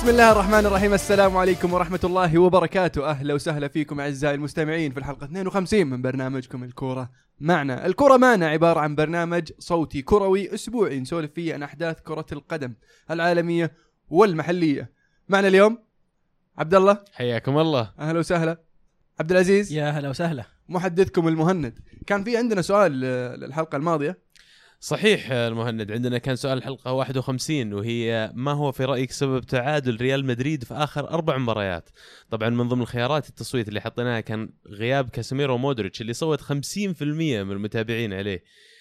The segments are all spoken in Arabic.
بسم الله الرحمن الرحيم. السلام عليكم ورحمة الله وبركاته. أهلا وسهلا فيكم أعزائي المستمعين في الحلقة 52 من برنامجكم الكورة معنا. الكورة معنا عبارة عن برنامج صوتي كروي أسبوعي نسولف فيه عن أحداث كرة القدم العالمية والمحلية. معنا اليوم عبد الله، حياكم الله. أهلا وسهلا. عبد العزيز، يا هلا وسهلا. محدثكم المهند. كان في عندنا سؤال للحلقة الماضية. صحيح المهند، عندنا كان سؤال الحلقة 51 وهي ما هو في رأيك سبب تعادل ريال مدريد في آخر 4 مباريات؟ طبعا من ضمن الخيارات التصويت اللي حطيناها كان غياب كاسيميرو ومودريتش اللي صوت 50% من المتابعين عليه.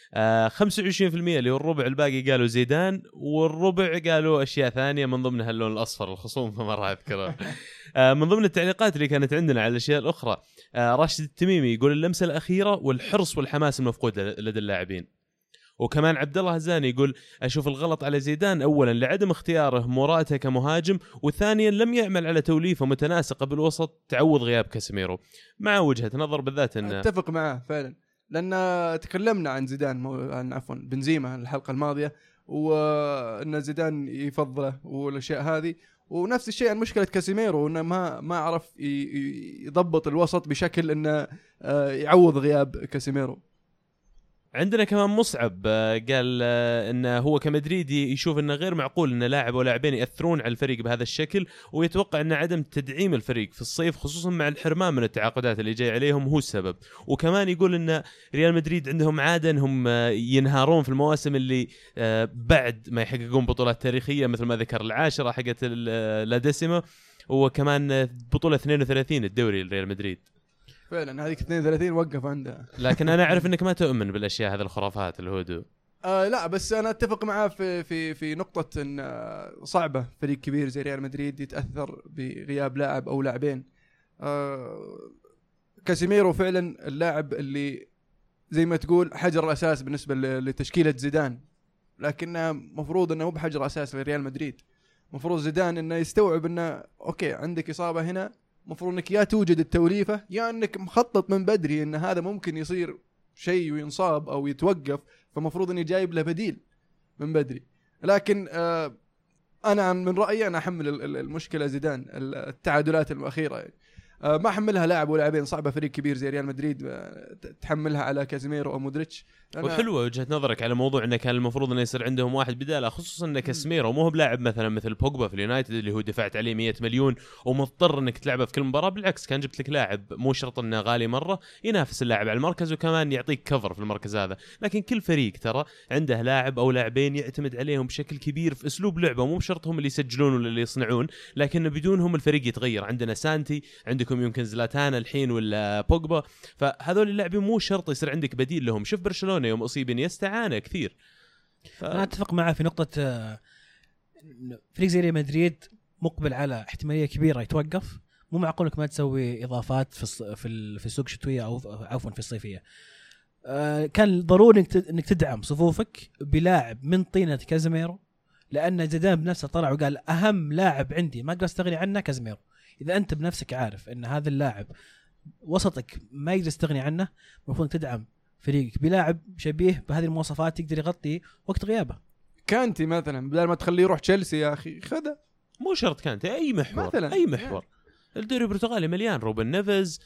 25% اللي هو الربع الباقي قالوا زيدان، والربع قالوا أشياء ثانية من ضمنها اللون الأصفر الخصوم فما راح أذكره. من ضمن التعليقات اللي كانت عندنا على الأشياء الأخرى راشد التميمي يقول اللمسة الأخيرة والحرص والحماس المفقود لدى اللاعبين. وكمان عبد الله هزاني يقول أشوف الغلط على زيدان أولا لعدم اختياره موراتا كمهاجم، وثانيا لم يعمل على توليفة متناسقة بالوسط تعوض غياب كاسيميرو. مع وجهة نظر بالذات إن اتفق معه فعلا، لأن تكلمنا عن زيدان عن بنزيما الحلقة الماضية، وأن زيدان يفضله والأشياء هذه، ونفس الشيء عن مشكلة كاسيميرو إنه ما عرف يضبط الوسط بشكل إنه يعوض غياب كاسيميرو. عندنا كمان مصعب قال انه هو كمدريدي يشوف انه غير معقول ان لاعب ولاعبين ياثرون على الفريق بهذا الشكل، ويتوقع ان عدم تدعيم الفريق في الصيف خصوصا مع الحرمان من التعاقدات اللي جاي عليهم هو السبب. وكمان يقول ان ريال مدريد عندهم عاده انهم ينهارون في المواسم اللي بعد ما يحققون بطولات تاريخيه، مثل ما ذكر 10 حقت الدسمه، وكمان بطوله 32 الدوري لريال مدريد. فعلا هذيك 32 وقف عندها. لكن انا اعرف انك ما تؤمن بالاشياء هذه الخرافات الهدوء. لا بس انا اتفق معاه في نقطه ان صعبه فريق كبير زي ريال مدريد يتاثر بغياب لاعب او لاعبين. كاسيميرو فعلا اللاعب اللي زي ما تقول حجر الاساس بالنسبه لتشكيله زيدان، لكنه مفروض انه مو بحجر اساس لريال مدريد. مفروض زيدان انه يستوعب انه اوكي عندك اصابه هنا، مفروض انك يا توجد التوليفه يا انك مخطط من بدري ان هذا ممكن يصير شيء وينصاب او يتوقف، فمفروض اني جايب له بديل من بدري. لكن انا من رايي انا احمل المشكله زيدان التعادلات الاخيره يعني. ما احملها لاعب ولاعبين، صعبه فريق كبير زي ريال مدريد تحملها على كازيميرو او مودريتش. وحلوه وجهه نظرك على موضوع انه كان المفروض انه يصير عندهم واحد بداله، خصوصا ان كاسيميرو مو هو بلاعب مثلا مثل بوجبا في اليونايتد اللي هو دفعت عليه 100 مليون ومضطر انك تلعبه في كل مباراه. بالعكس كان جبت لك لاعب مو شرط انه غالي مره ينافس اللاعب على المركز وكمان يعطيك كفر في المركز هذا. لكن كل فريق ترى عنده لاعب او لاعبين يعتمد عليهم بشكل كبير في اسلوب لعبه، مو بشرط هم اللي يسجلون ولا اللي يصنعون، لكن بدونهم الفريق يتغير. عندنا سانتي، عندكم يمكن زلاتان الحين ولا بوجبا، فهذول اللاعبين مو شرط يصير عندك بديل لهم. شوف برشلونه يوم اصيبين يستعانى كثير. انا اتفق معه في نقطه فريق زي ريال مدريد مقبل على احتماليه كبيره يتوقف. مو معقول انك ما تسوي اضافات في السوق الشتويه او عفوا في الصيفيه. كان ضروري انك تدعم صفوفك بلاعب من طينه كازيميرو، لان زيدان بنفسه طلع وقال اهم لاعب عندي ما اقدر استغني عنه كازيميرو. اذا انت بنفسك عارف ان هذا اللاعب وسطك ما يقدر يستغني عنه، المفروض تدعم فريقك بلاعب شبيه بهذه المواصفات يقدر يغطي وقت غيابه. كانتي مثلا بدل ما تخليه يروح تشيلسي يا اخي خذه. مو شرط كانتي، اي محور مثلاً. اي محور الدوري البرتغالي مليان. روبن نيفز،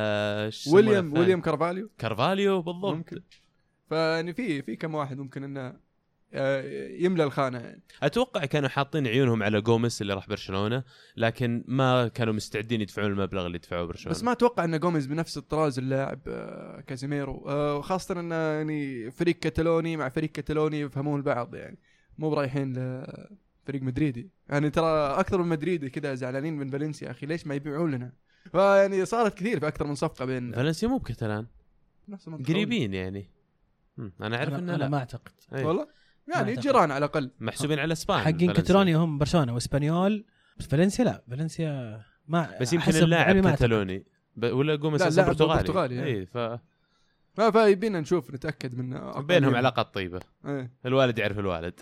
ويليام كارفاليو بالضبط ممكن. فيعني في كم واحد ممكن انه يملى الخانه يعني. اتوقع كانوا حاطين عيونهم على جوميز اللي راح برشلونه، لكن ما كانوا مستعدين يدفعون المبلغ اللي دفعوه برشلونه. بس ما اتوقع ان جوميز بنفس الطراز اللاعب كازيميرو، وخاصه ان يعني فريق كتالوني مع فريق كتالوني يفهمون البعض يعني، مو رايحين لفريق مدريدي يعني. ترى اكثر من مدريدي كذا زعلانين من فالنسيا اخي، ليش ما يبيعون لنا؟ فيعني صارت كثير في اكثر من صفقه بين فالنسيا مو بكتالان قريبين يعني. انا اعرف ان انا ما اعتقد والله يعني جيران على الأقل، محسوبين على اسبان. حقين كاتالونيا هم برشلونة واسبانيول، بس فالنسيا لا، فالنسيا ما بس يمكن اللاعب كاتالوني ولا جوميز برتغالي. اي فيبينا نشوف نتأكد من بينهم علاقات طيبة. الوالد يعرف الوالد.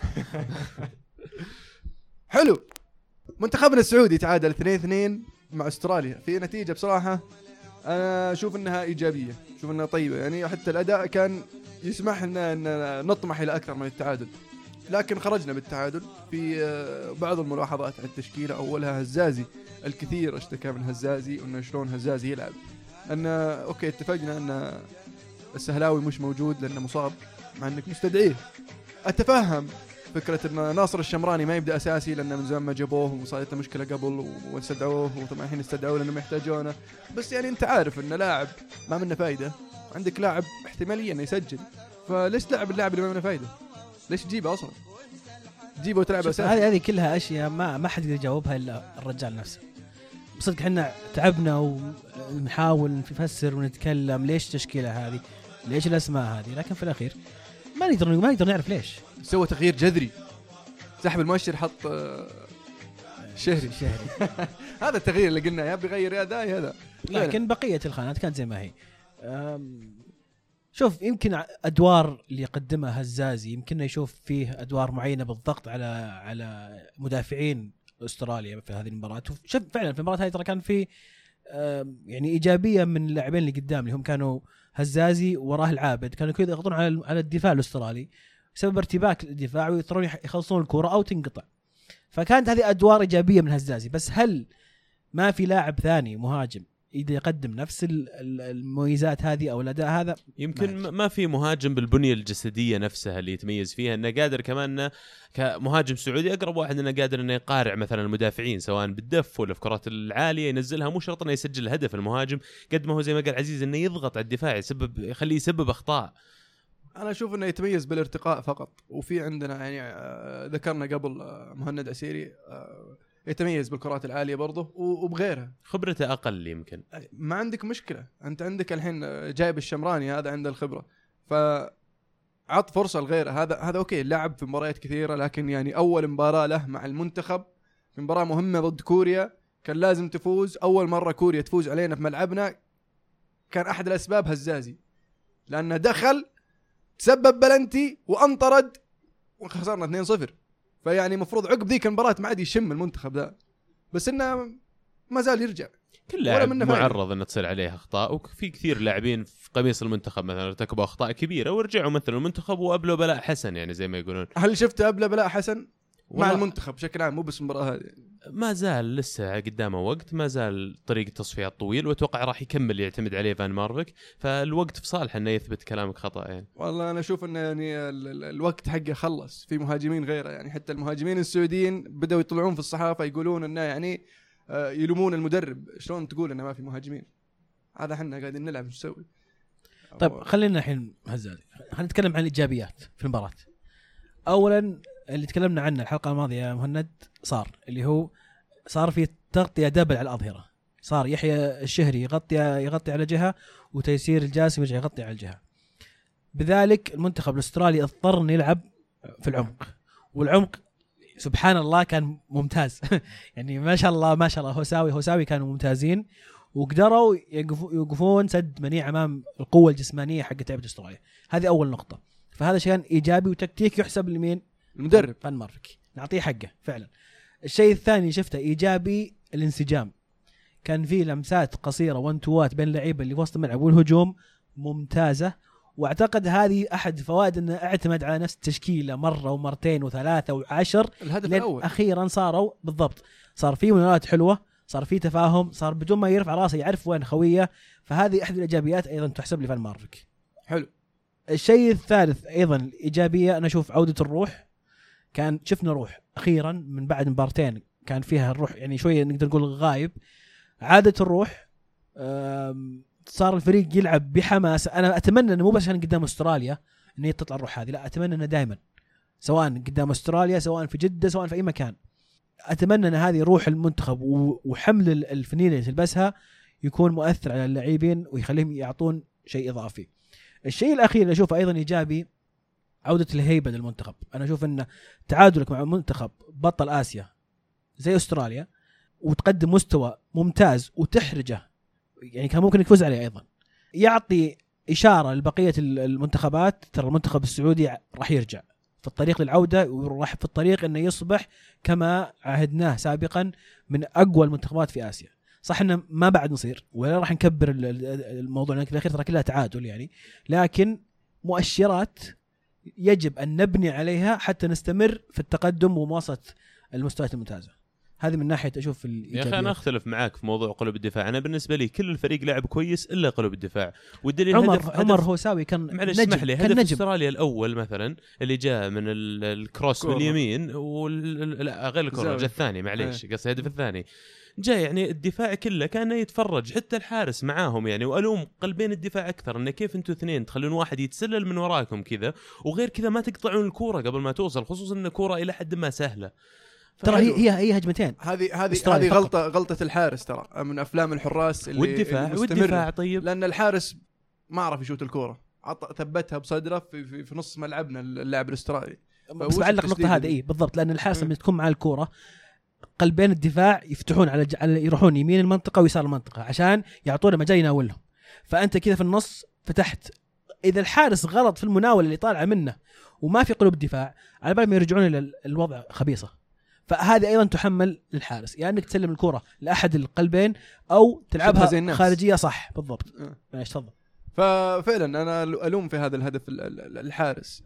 حلو. منتخبنا السعودي تعادل 2-2 مع استراليا في نتيجة بصراحة أنا أشوف أنها إيجابية، أشوف أنها طيبة يعني. حتى الأداء كان يسمح لنا أن نطمح إلى أكثر من التعادل. لكن خرجنا بالتعادل في بعض الملاحظات على التشكيلة. أولها هزازي، الكثير اشتكى من هزازي وأنه شلون هزازي يلعب. أن أوكي اتفقنا أن السهلاوي مش موجود لأنه مصاب، مع أنك مستدعيه. أتفهم فكرة أن ناصر الشمراني ما يبدأ أساسي لأنه من زمان ما جابوه وصارت مشكلة قبل واستدعوه، وطبعا الحين استدعوه لأنهم يحتاجونه. بس يعني أنت عارف أن لاعب ما منه فايدة، عندك لاعب احتمالية أنه يسجل، فليش تلعب اللاعب اللي ما منه فايدة؟ ليش تجيبه أصلا؟ تجيبه وتلعب أساسي. هذه كلها أشياء ما حد يجاوبها إلا الرجال نفسه. بصدق احنا تعبنا ونحاول نفسر ونتكلم ليش التشكيلة هذه، ليش الأسماء هذه، لكن في الأخير ما نقدر نعرف ليش. سوى تغيير جذري، سحب المؤشر، حط شهري. هذا التغيير اللي قلنا يا بيغير يا داي هذا. لكن بقية الخانات كانت زي ما هي. شوف، يمكن أدوار اللي يقدمها هزازي يمكن يشوف فيه أدوار معينة بالضغط على مدافعين أستراليا في هذه المباراة. شوف فعلا في المباراة هذه ترى كان في يعني إيجابية من اللاعبين اللي قدام اللي هم كانوا هزازي وراه العابد، كانوا كذا يضغطون على الدفاع الأسترالي بسبب ارتباك الدفاع ويضطرون يخلصون الكرة أو تنقطع. فكانت هذه أدوار إيجابية من هزازي. بس هل ما في لاعب ثاني مهاجم يقدم نفس المميزات هذه أو الأداء هذا؟ يمكن ما في مهاجم بالبنية الجسدية نفسها اللي يتميز فيها، انه قادر كمان كمهاجم سعودي اقرب واحد انه قادر انه يقارع مثلا المدافعين سواء بالدف ولا في كرات العالية ينزلها. مو شرط انه يسجل هدف المهاجم، قد ما هو زي ما قال عزيز انه يضغط على الدفاع، يخليه يسبب اخطاء. انا اشوف انه يتميز بالارتقاء فقط. وفي عندنا يعني ذكرنا قبل مهند عسيري يتميز بالكرات العالية برضه وبغيرها. خبرته أقل يمكن. ما عندك مشكلة، أنت عندك الحين جايب الشمراني هذا عنده الخبرة، فعط فرصة لغيره. هذا أوكي، لعب في مباريات كثيرة، لكن يعني أول مباراة له مع المنتخب في مباراة مهمة ضد كوريا كان لازم تفوز. أول مرة كوريا تفوز علينا في ملعبنا كان أحد الأسباب هزازي، لأنه دخل تسبب بلنتي وأنطرد وخسرنا 2-0. فيعني مفروض عقب ذيك المباراة ما عاد يشم المنتخب ذا، بس إنه ما زال يرجع. كل لاعب معرض إنه تصير عليه أخطاء، وفي كثير لاعبين في قميص المنتخب مثلا ارتكبوا أخطاء كبيرة ورجعوا مثل المنتخب وقبلوا بلاء حسن، يعني زي ما يقولون. هل شفت قبل بلاء حسن مع المنتخب بشكل عام، مو بس المباراة هذه؟ ما زال لسه قدامه وقت، ما زال طريق التصفيات طويل، واتوقع راح يكمل يعتمد عليه فان مارفيك، فالوقت في صالحه انه يثبت كلامك خطأ. يعني والله انا اشوف انه يعني الوقت حقه خلص في مهاجمين غيره. يعني حتى المهاجمين السعوديين بدأوا يطلعون في الصحافة يقولون انه يعني يلومون المدرب. شلون تقول انه ما في مهاجمين؟ هذا احنا قاعدين نلعب ايش نسوي؟ طيب خلينا الحين هزازي، خلينا نتكلم عن الايجابيات في المباراة. اولا اللي تكلمنا عنه الحلقة الماضية يا مهند، اللي هو صار في تغطية دبل على الأظهرة. صار يحيى الشهري يغطي على جهة، وتيسير الجاسم يرجع يغطي على الجهة. بذلك المنتخب الأسترالي اضطر أن يلعب في العمق، والعمق سبحان الله كان ممتاز. يعني ما شاء الله هوساوي كانوا ممتازين، وقدروا يوقفون سد منيع أمام القوة الجسمانية حق لعيبة أستراليا. هذه أول نقطة. فهذا شيء إيجابي وتكتيك يحسب لمين؟ المدرب فان مارفيك، نعطيه حقه فعلا. الشيء الثاني شفته إيجابي، الانسجام. كان في لمسات قصيرة وانتوات بين اللعيبة اللي وسط الملعب والهجوم ممتازة. واعتقد هذه أحد فوائد أنه اعتمد على نفس التشكيلة مرة ومرتين وثلاثة وعشر. الهدف الأول أخيرا صاروا بالضبط، صار في مناولات حلوة، صار في تفاهم، صار بدون ما يرفع راسه يعرف وين خويه. فهذه أحد الإيجابيات أيضا تحسب لفان مارفيك. حلو. الشيء الثالث أيضا الإيجابية، أنا أشوف عودة الروح. كان شفنا روح أخيرا من بعد مبارتين كان فيها الروح يعني شوية نقدر نقول غايب. عادة الروح، صار الفريق يلعب بحماس. أنا أتمنى أنه مو بس عشان قدام أستراليا أنه تطلع الروح هذه، لا، أتمنى أنه دائما سواء قدام أستراليا سواء في جدة سواء في أي مكان. أتمنى أن هذه روح المنتخب وحمل الفنيلة اللي تلبسها يكون مؤثر على اللاعبين ويخليهم يعطون شيء إضافي. الشيء الأخير اللي أشوفه أيضا إيجابي، عودة الهيبة للمنتخب. أنا أشوف أن تعادلك مع منتخب بطل آسيا زي أستراليا وتقدم مستوى ممتاز وتحرجه، يعني كان ممكن يفوز عليه أيضا، يعطي إشارة لبقية المنتخبات ترى المنتخب السعودي راح يرجع في الطريق للعودة، وراح في الطريق أنه يصبح كما عهدناه سابقا من أقوى المنتخبات في آسيا. صح إنه ما بعد نصير ولا راح نكبر الموضوع، لأن في الأخير ترى كلها تعادل يعني، لكن مؤشرات يجب أن نبني عليها حتى نستمر في التقدم ومواصلة المستويات الممتازة. هذه من ناحية أشوف يا أخي أنا أختلف معاك في موضوع قلوب الدفاع. أنا بالنسبة لي كل الفريق لعب كويس إلا قلوب الدفاع. والدليل عمر هوساوي كان معلش اسمح لي، هدف استراليا الأول مثلا اللي جاء من الكروس من اليمين لا غير الكرة جاء الثاني، معليش قصدي الهدف الثاني جاء يعني الدفاع كله كان يتفرج، حتى الحارس معاهم يعني، وألوم قلبين الدفاع أكثر إنه كيف أنتوا اثنين تخلون واحد يتسلل من وراكم كذا، وغير كذا ما تقطعون الكرة قبل ما توصل، خصوصا إن الكرة إلى حد ما سهلة. ترى هي هجمتين. هذه غلطة الحارس ترى، من أفلام الحراس اللي والدفاع طيب، لأن الحارس ما عرف يشوت الكرة، ثبتها بصدره في نص ملعبنا اللاعب الأسترالي. بس بعلق نقطة هذه بالضبط، لأن الحارس لما تكون مع الكرة قلبين الدفاع يفتحون على يروحون يمين المنطقة ويسار المنطقة عشان يعطونا مجال يناولهم، فأنت كذا في النص فتحت. إذا الحارس غلط في المناولة اللي طالعة منه وما في قلوب الدفاع، على بال ما يرجعون إلى الوضع خبيصة. فهذه أيضا تحمل للحارس، يعني أنك تسلم الكرة لأحد القلبين أو تلعبها خارجية صح بالضبط. ماشي تفضل. ففعلا أنا ألوم في هذا الهدف الحارس.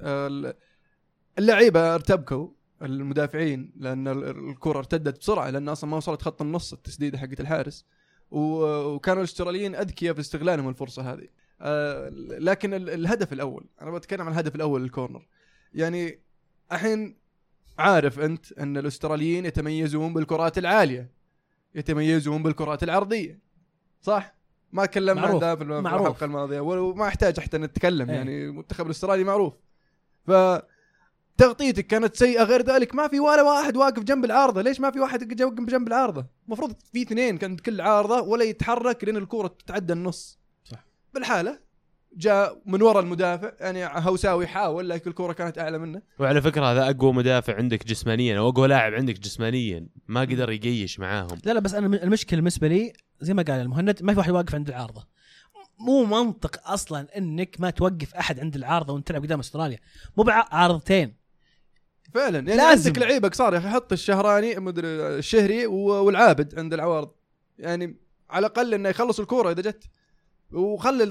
اللعيبة ارتبكوا المدافعين لأن الكرة ارتدت بسرعة، لأن أصلا ما وصلت خط النص التسديدة حقت الحارس، وكانوا الاستراليين أذكياء في استغلالهم الفرصة هذه. لكن الهدف الأول، أنا بتكلم عن الهدف الأول الكورنر. يعني الحين عارف أنت أن الأستراليين يتميزون بالكرات العالية، يتميزون بالكرات العرضية، صح؟ ما تكلمنا عن ذا في الحلقة الماضية وما يحتاج حتى نتكلم. يعني المنتخب الأسترالي معروف. فتغطيتك كانت سيئة. غير ذلك ما في ولا واحد واقف جنب العارضة. ليش ما في واحد واقف جنب العارضة؟ المفروض في اثنين كانت كل عارضة ولا يتحرك لأن الكرة تتعدى النص. صح. بالحالة جاء من وراء المدافع، يعني هوساوي حاول لكن الكرة كانت أعلى منه. وعلى فكرة هذا أقوى مدافع عندك جسمانيا أو أقوى لاعب عندك جسمانيا، ما قدر يقيش معاهم. لا بس أنا المشكلة بالنسبة لي زي ما قال المهند، ما في واحد واقف عند العارضة. مو منطق أصلا إنك ما توقف أحد عند العارضة وأنت تلعب قدام أستراليا، مو بعارضتين فعلا. يعني لازم. عندك لعيبك صار يحط الشهراني الشهري والعابد عند العوارض، يعني على الأقل إنه يخلص الكرة إذا جت، وخلي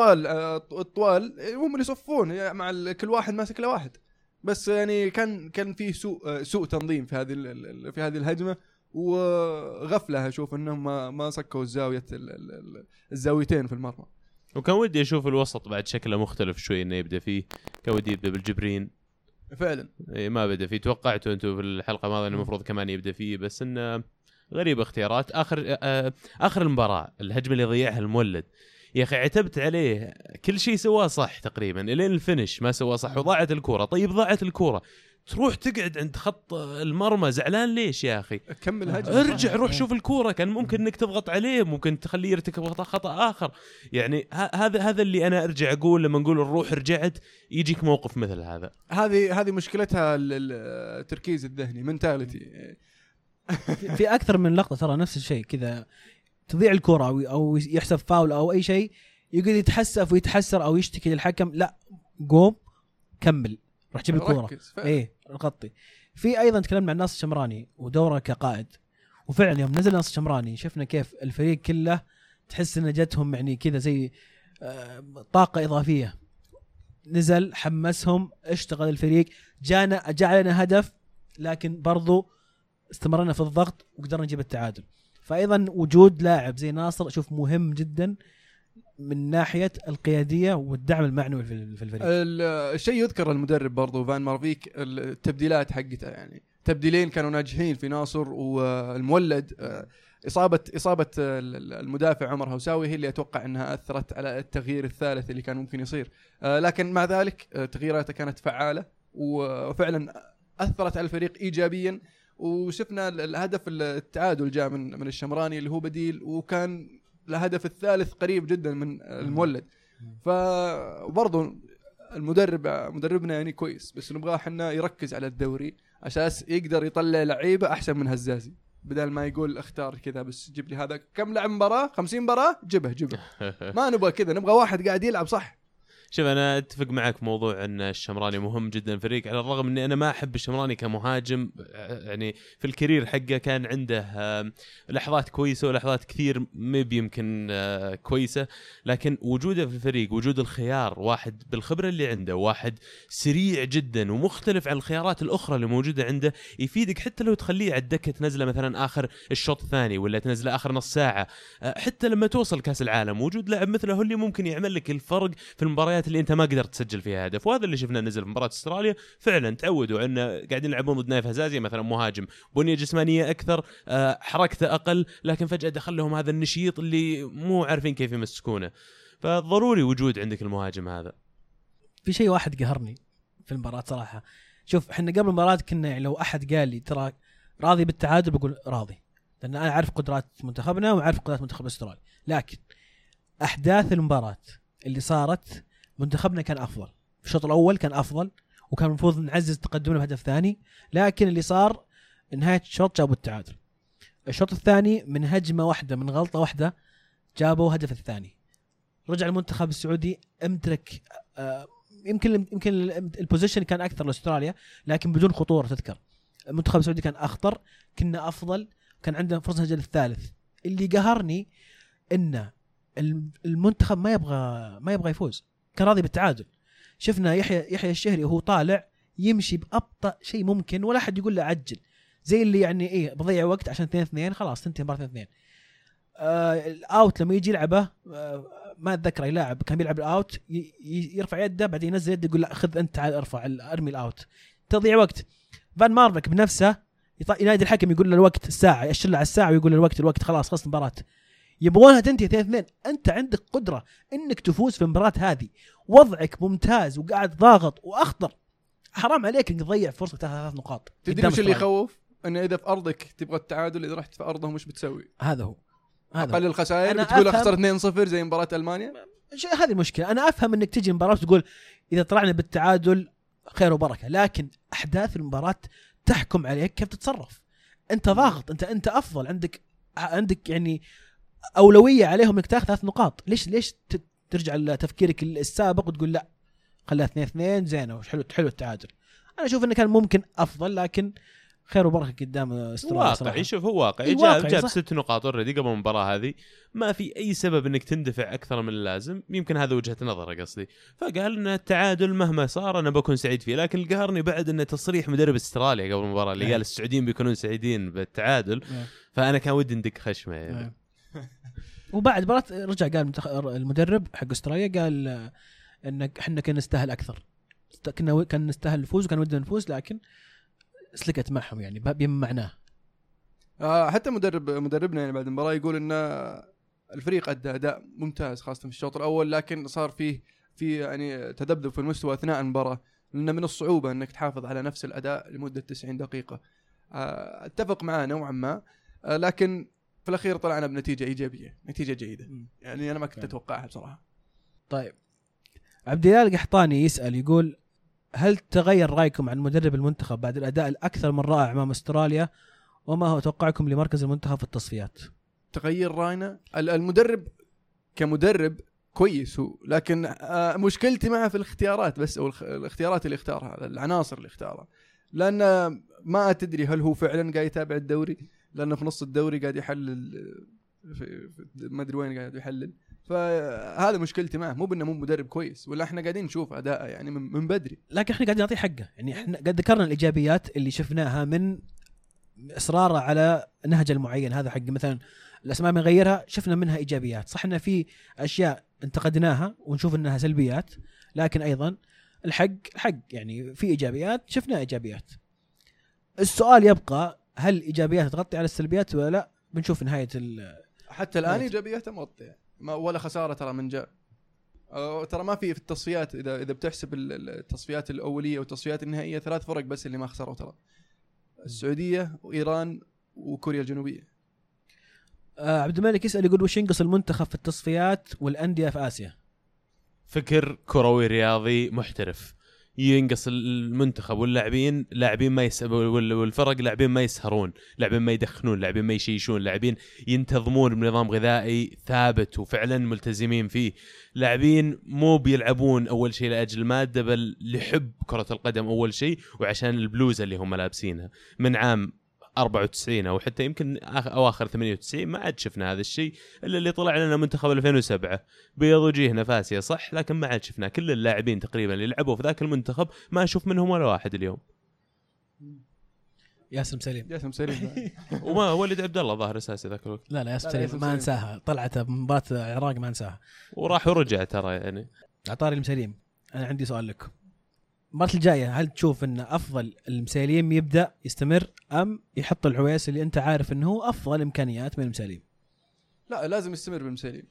الطوال هم اللي يصفون يعني مع كل واحد ماسك له واحد. بس يعني كان فيه سوء تنظيم في هذه الهجمة، وغفلة. أشوف إنهم ما سكوا الزاويتين في المرمى. وكان ودي أشوف الوسط بعد شكله مختلف شوي، إنه يبدأ فيه. كان ودي يبدأ بالجبرين فعلا. ما بدأ فيه. توقعتوا أنتوا في الحلقة الماضية إنه المفروض كمان يبدأ فيه، بس إنه غريب اختيارات. آخر المباراة الهجمة اللي ضيعها المولد، يا أخي عتبت عليه. كل شيء سواه صح تقريبا إلين الفينش ما سواه صح، وضاعت الكرة. طيب ضاعت الكرة تروح تقعد عند خط المرمى زعلان ليش يا أخي؟ كمل هجمة، ارجع روح شوف الكرة. كان ممكن إنك تضغط عليه، ممكن تخليه يرتكب خطأ آخر. يعني هذا اللي أنا أرجع أقول لما نقول الروح رجعت، يجيك موقف مثل هذا. هذه مشكلتها التركيز الذهني، منتاليتي. في أكثر من لقطة ترى نفس الشيء كذا، تضيع الكرة أو يحسب فاول أو أي شيء، يقعد يتحسف ويتحسر أو يشتكي للحكم. لا قوم كمل، روح جيب الكرة. إيه الغطي. في أيضا تكلمنا عن ناصر الشمراني ودوره كقائد، وفعلا يوم نزل ناصر الشمراني شفنا كيف الفريق كله تحس إن جتهم يعني كذا زي طاقة إضافية. نزل حمسهم، اشتغل الفريق، جاء علينا هدف لكن برضو استمرنا في الضغط وقدرنا نجيب التعادل. فأيضا وجود لاعب زي ناصر أشوف مهم جدا من ناحية القيادية والدعم المعنوي في الفريق. الشيء يذكر المدرب برضو فان مارفيك، التبديلات حقته، يعني تبديلين كانوا ناجحين في ناصر والمولد. إصابة المدافع عمر هوساوي هي اللي أتوقع أنها أثرت على التغيير الثالث اللي كان ممكن يصير، لكن مع ذلك تغييراته كانت فعالة وفعلا أثرت على الفريق إيجابيا. وشفنا الهدف التعادل جاء من الشمراني اللي هو بديل، وكان الهدف الثالث قريب جدا من المولد. فبرضه مدربنا يعني كويس، بس نبغاه حنا يركز على الدوري عشان يقدر يطلع لعيبه احسن من هزازي، بدل ما يقول اختار كذا بس جيب لي هذا كم لعب مباراه 50 مباراه جيبه ما نبغى كذا، نبغى واحد قاعد يلعب صح. شوف انا اتفق معك موضوع ان الشمراني مهم جدا الفريق، على الرغم اني انا ما احب الشمراني كمهاجم. يعني في الكارير حقه كان عنده لحظات كويسه ولحظات كثير ما يمكن كويسه، لكن وجوده في الفريق، وجود الخيار واحد بالخبره اللي عنده، واحد سريع جدا ومختلف عن الخيارات الاخرى اللي موجوده عنده، يفيدك حتى لو تخليه على الدكه تنزله مثلا اخر الشوط الثاني ولا تنزله اخر نص ساعه. حتى لما توصل كاس العالم وجود لاعب مثله هو اللي ممكن يعمل لك الفرق في المباريات اللي انت ما قدرت تسجل فيها هدف. وهذا اللي شفناه نزل في مباراه استراليا، فعلا تعودوا ان قاعدين يلعبون ضد نايف هزازي مثلا مهاجم بنيه جسمانيه اكثر، حركته اقل، لكن فجاه دخل لهم هذا النشيط اللي مو عارفين كيف يمسكونه. فضروري وجود عندك المهاجم هذا. في شيء واحد قهرني في المباراة صراحة. شوف احنا قبل المباراة كنا يعني لو احد قال لي ترى راضي بالتعادل بقول راضي، لان انا اعرف قدرات منتخبنا وعارف قدرات منتخب استراليا، لكن احداث المباراة اللي صارت منتخبنا كان افضل. في الشوط الاول كان افضل وكان المفروض نعزز تقدمنا بهدف ثاني، لكن اللي صار نهاية الشوط جابوا التعادل. الشوط الثاني من هجمة واحدة من غلطة واحدة جابوا هدف الثاني. رجع المنتخب السعودي امتلك يمكن البوزيشن كان اكثر لاستراليا لكن بدون خطوره. تذكر المنتخب السعودي كان اخطر، كنا افضل، كان عندنا فرصه نسجل الثالث. اللي قهرني ان المنتخب ما يبغى يفوز، كان راضي بالتعادل. شفنا يحيى الشهري وهو طالع يمشي بابطا شيء ممكن ولا احد يقول له عجل، زي اللي يعني ايه بضيع وقت عشان 2-2 خلاص تنتهي المباراه 2-2. الاوت لما يجي يلعبه ما اتذكر يلاعب كان بيلعب الاوت يرفع يده بعدين ينزل يده يقول لا خذ انت تعال ارفع ارمي الاوت، تضيع وقت. فان مارفك بنفسه ينادي الحكم يقول له الوقت الساعه، يشر له على الساعه ويقول له الوقت خلاص خلص المباراه. يبغونها تنتهي 2-2. انت عندك قدره انك تفوز في المباراه هذه، وضعك ممتاز وقاعد ضاغط واخطر، حرام عليك انك تضيع فرصه 3 نقاط. تدري وش اللي يخوف؟ ان اذا في ارضك تبغى التعادل، اذا رحت في ارضهم وش بتسوي؟ هذا هو اقل الخسائر بتقول خسرت 2-0 زي مباراه المانيا. هذه المشكله. انا افهم انك تجي مباراه وتقول اذا طلعنا بالتعادل خير وبركه، لكن احداث المباراه تحكم عليك كيف تتصرف. انت ضاغط، انت افضل، عندك يعني اولويه عليهم انك تاخذ 3 نقاط. ليش ترجع لتفكيرك السابق وتقول لا خليها 2-2 زينه وحلو التعادل؟ انا اشوف انه كان ممكن افضل، لكن خير وبركه قدام استراليا صراحه. واقعي. شوف هو واقعي، جاب 6 نقاط اوريدي قبل المباراه هذه، ما في اي سبب انك تندفع اكثر من اللازم. يمكن هذا وجهه نظره قصدي، فقال ان التعادل مهما صار انا بكون سعيد فيه. لكن اللي قهرني بعد انه تصريح مدرب استراليا قبل المباراه اللي قال السعوديين بيكونون سعيدين بالتعادل، فانا كان ودي ندق خشمه يعني. وبعد المباراه رجع قال المدرب حق استراليا قال ان احنا كنا نستاهل اكثر، كان نستاهل الفوز وكان ودنا نفوز، لكن سلكت معهم يعني بما معناه. حتى مدربنا يعني بعد المباراه يقول ان الفريق ادى اداء ممتاز خاصه في الشوط الاول، لكن صار فيه يعني تذبذب في المستوى اثناء المباراه، لان من الصعوبه انك تحافظ على نفس الاداء لمده 90 دقيقه. اتفق معاه نوعا ما، لكن في الاخير طلعنا بنتيجه ايجابيه، نتيجه جيده يعني انا ما كنت اتوقعها بصراحه. طيب عبد الله القحطاني يسال يقول هل تغير رايكم عن مدرب المنتخب بعد الاداء الاكثر من رائع امام استراليا، وما هو توقعكم لمركز المنتخب في التصفيات؟ تغير راينا المدرب كمدرب كويس، لكن مشكلتي معه في الاختيارات بس، او الاختيارات اللي اختارها، العناصر اللي اختارها، لان ما تدري هل هو فعلا قاعد يتابع الدوري، لانه في نص الدوري قاعد يحلل ما ادري وين قاعد يحلل. فهذا مشكلتي معه، مو بانه مو مدرب كويس، ولا احنا قاعدين نشوف اداءه يعني من بدري، لكن احنا قاعدين نعطيه حقه. يعني احنا قد ذكرنا الايجابيات اللي شفناها من اصراره على نهج المعين هذا حق مثلا الاسماء من غيرها، شفنا منها ايجابيات. صح ان في اشياء انتقدناها ونشوف انها سلبيات، لكن ايضا الحق حق، يعني في ايجابيات شفنا ايجابيات. السؤال يبقى هل ايجابيات تغطي على السلبيات ولا لا؟ بنشوف نهايه حتى الان ايجابياته مغطيه، ولا خساره ترى من جاء. ترى ما في التصفيات، اذا بتحسب التصفيات الاوليه والتصفيات النهائيه 3 فرق بس اللي ما خسروا ترى، السعوديه وايران وكوريا الجنوبيه. عبد الملك يسال يقول وش ينقص المنتخب في التصفيات والانديه في اسيا؟ فكر كروي رياضي محترف. ينقص المنتخب واللاعبين لاعبين ما والفرق لاعبين ما يسهرون، لاعبين ما يدخنون، لاعبين ما يشيشون، لاعبين ينتظمون بنظام غذائي ثابت وفعلا ملتزمين فيه، لاعبين مو بيلعبون اول شيء لاجل الماده بل لحب كره القدم اول شيء وعشان البلوزه اللي هم لابسينها. من عام 94 او حتى يمكن اواخر 98 ما عاد شفنا هذا الشيء الا اللي طلع لنا منتخب 2007 بيض وجيه نفاسيه صح، لكن ما عاد شفنا كل اللاعبين تقريبا اللي لعبوا في ذاك المنتخب ما اشوف منهم ولا واحد اليوم. ياسم سليم وما ولد عبد الله ظاهر اساسي ذاك الوقت. لا ياسم سليم ما انساها، طلعت بمباراه العراق ما انساها وراح ورجع ترى يعني. عطاري المسليم، انا عندي سؤال لكم، المباراة الجاية هل تشوف ان افضل المساليم يبدا يستمر ام يحط العويس اللي انت عارف انه هو افضل امكانيات من المساليم؟ لا لازم يستمر بالمساليم.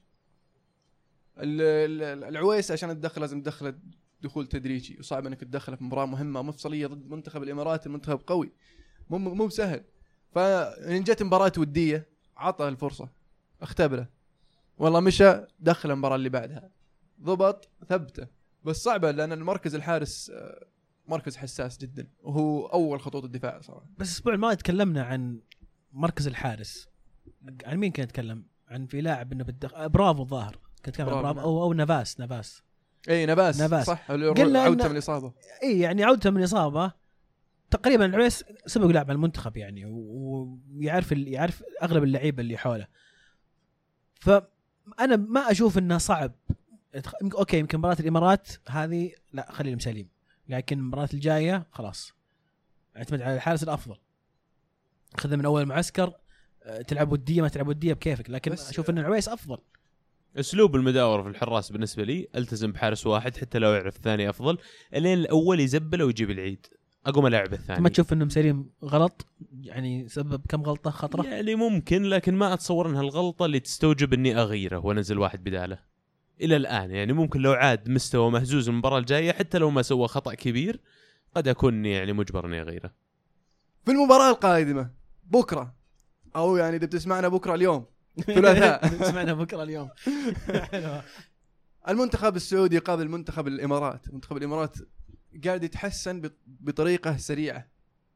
العويس عشان تدخل لازم تدخله دخول تدريجي، وصعب انك تدخله في مباراة مهمة مفصلية ضد منتخب الامارات، المنتخب قوي مو سهل. فإن جت مباراة ودية عطى الفرصة، اختبره، والله مشى دخل المباراة اللي بعدها ضبط ثبته. بس صعبة لأن المركز الحارس مركز حساس جدا وهو أول خطوط الدفاع صراحة. بس الأسبوع الماضي تكلمنا عن مركز الحارس، عن مين كنا نتكلم؟ عن في لاعب إنه برافو الظاهر كنت كلام برافو أو نباس أي نباس صح، عودته من الإصابة. أي يعني عودته من الإصابة تقريبا. العويس سبق لاعب على المنتخب يعني ويعرف أغلب اللعيبة اللي حوله، فأنا ما أشوف إنه صعب. اوكي يمكن مباراة الامارات هذه لا خلي المساليم، لكن المباراة الجاية خلاص اعتمد على الحارس الافضل، خذها من اول معسكر، تلعب ودية ما تلعب ودية بكيفك، لكن اشوف ان العويس افضل. اسلوب المداورة في الحراس بالنسبة لي التزم بحارس واحد حتى لو يعرف الثاني افضل، الين الاول يزبله ويجيب العيد اقوم العب الثاني. ما تشوف انه مساليم غلط يعني سبب كم غلطة خطرة؟ يعني ممكن، لكن ما اتصور انها الغلطة اللي تستوجب اني اغيره وانزل واحد بداله الى الان. يعني ممكن لو عاد مستوى مهزوز المباراة الجاية حتى لو ما سوى خطأ كبير قد اكون يعني مجبر اني اغيره. في المباراة القادمة بكرة، او يعني اذا بتسمعنا بكرة اليوم ثلاثاء سمعنا بكرة اليوم المنتخب السعودي يقابل منتخب الامارات. منتخب الامارات قاعد يتحسن بطريقة سريعة.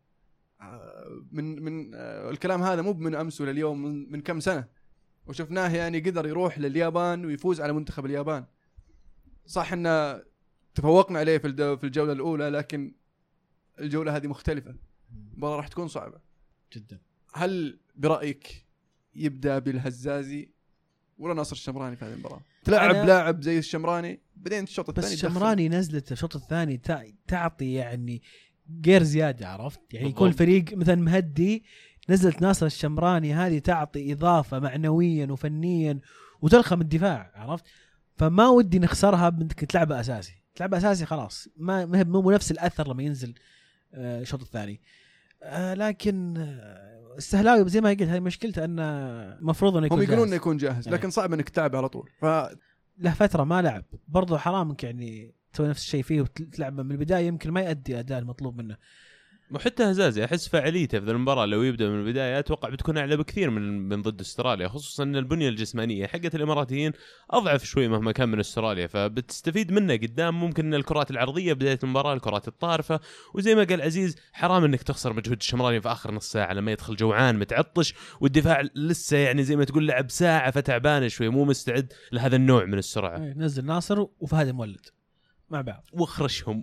من الكلام هذا مو من امس ولا اليوم، من كم سنة وشفناه. يعني قدر يروح لليابان ويفوز على منتخب اليابان. صح ان تفوقنا عليه في الجولة الأولى، لكن الجولة هذه مختلفة، المباراة راح تكون صعبة جدا. هل برأيك يبدأ بالهزازي ولا ناصر الشمراني في هذه المباراة؟ تلعب لاعب زي الشمراني بعدين الشوط الثاني، بس الشمراني نزلت الشوط الثاني تعطي يعني غير زيادة، عرفت يعني يكون الفريق مثلا مهدي، نزلت ناصر الشمراني هذه تعطي إضافة معنويا وفنيا وتلخم الدفاع، عرفت؟ فما ودي نخسرها بدك تلعبها أساسي خلاص، ما مو نفس الأثر لما ينزل الشوط الثاني. لكن السهلاوي زي ما قلت هذه مشكلته أنه مفروض أنه يكون هم يقولون أنه يكون جاهز، لكن صعب أنك تلعب على طول. له فترة ما لعب برضو، حرامك يعني تسوي نفس الشيء فيه وتلعب من البداية، يمكن ما يؤدي أداء المطلوب منه. وحتى هزازي احس فاعليته في المباراه لو يبدا من البدايه اتوقع بتكون اعلى بكثير من ضد استراليا، خصوصا ان البنيه الجسمانيه حقت الاماراتيين اضعف شوي مهما كان من استراليا، فبتستفيد منه قدام. ممكن الكرات العرضيه بدايه المباراه، الكرات الطارفه، وزي ما قال عزيز حرام انك تخسر مجهود الشمراني في اخر نص ساعه لما يدخل جوعان متعطش، والدفاع لسه يعني زي ما تقول لعب ساعه فتعبان شوي، مو مستعد لهذا النوع من السرعه. نزل ناصر وفهد مولد مع بعض واخرشهم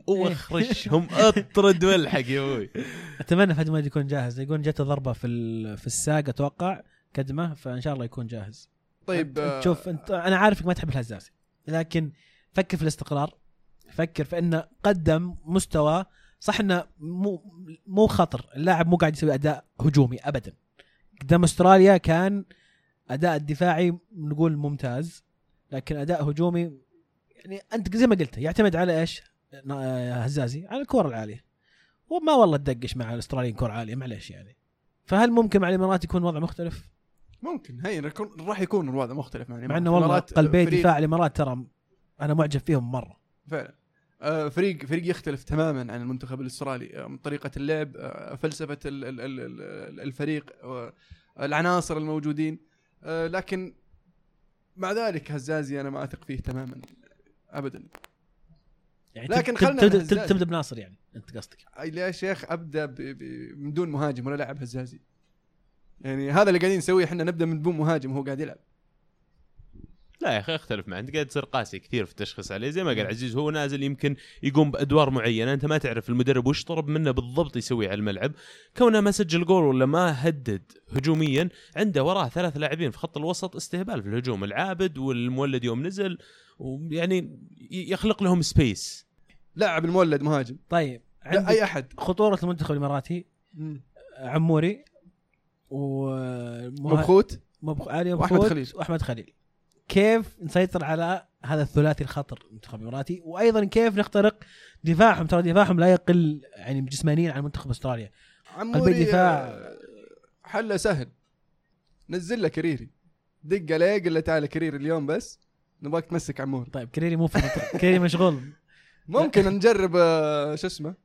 اطرد والحق يا ابوي. اتمنى فهد مولد يكون جاهز، يقول جته ضربه في الساق اتوقع كدمه، فان شاء الله يكون جاهز. طيب شوف انت، انا عارفك ما تحب الهزازي، لكن فكر في الاستقرار، فكر في انه قدم مستوى صح، انه مو خطر، اللاعب مو قاعد يسوي اداء هجومي ابدا. قدام استراليا كان اداء الدفاعي نقول ممتاز، لكن اداء هجومي يعني انت زي ما قلت يعتمد على ايش هزازي، على الكره العاليه، وما والله تدقش مع الاستراليين كره عاليه معليش يعني. فهل ممكن مع الامارات يكون الوضع مختلف؟ ممكن، هي راح يكون الوضع مختلف مع انه والله قلبي دفاع الامارات ترى انا معجب فيهم مره فعلا. فريق يختلف تماما عن المنتخب الاسترالي من طريقه اللعب، فلسفه الفريق، العناصر الموجودين، لكن مع ذلك هزازي انا ما اثق فيه تماما ابدا. يعني لكن خلنا تبدا بناصر، يعني انت قصدك يا شيخ ابدا من دون مهاجم ولا لاعب هزازي؟ يعني هذا اللي قاعدين نسويه احنا، نبدا من دون مهاجم وهو قاعد يلعب. لا يا اخي اختلف معك، انت قاعد تصير قاسي كثير في التشخيص عليه. زي ما قال عزيز، هو نازل يمكن يقوم بادوار معينه انت ما تعرف المدرب وش طلب منه بالضبط يسوي على الملعب. كونه ما سجل جول ولا ما هدد هجوميا، عنده وراه 3 لاعبين في خط الوسط استهبال في الهجوم، العابد والمولد يوم نزل، ويعني يخلق لهم سبيس. لاعب المولد مهاجم. طيب اي احد. خطوره المنتخب الاماراتي عموري مبخوت واحمد خليل. كيف نسيطر على هذا الثلاثي الخطر المنتخب الاماراتي؟ وايضا كيف نخترق دفاعهم؟ ترى دفاعهم لا يقل يعني جسمانيا عن منتخب استراليا. عموري دفاع حل سهل، نزل له كريري، دق عليه قال له تعال كريري اليوم بس نبغاك تمسك عموري. طيب كريري مو كريري مشغول. ممكن نجرب شو اسمه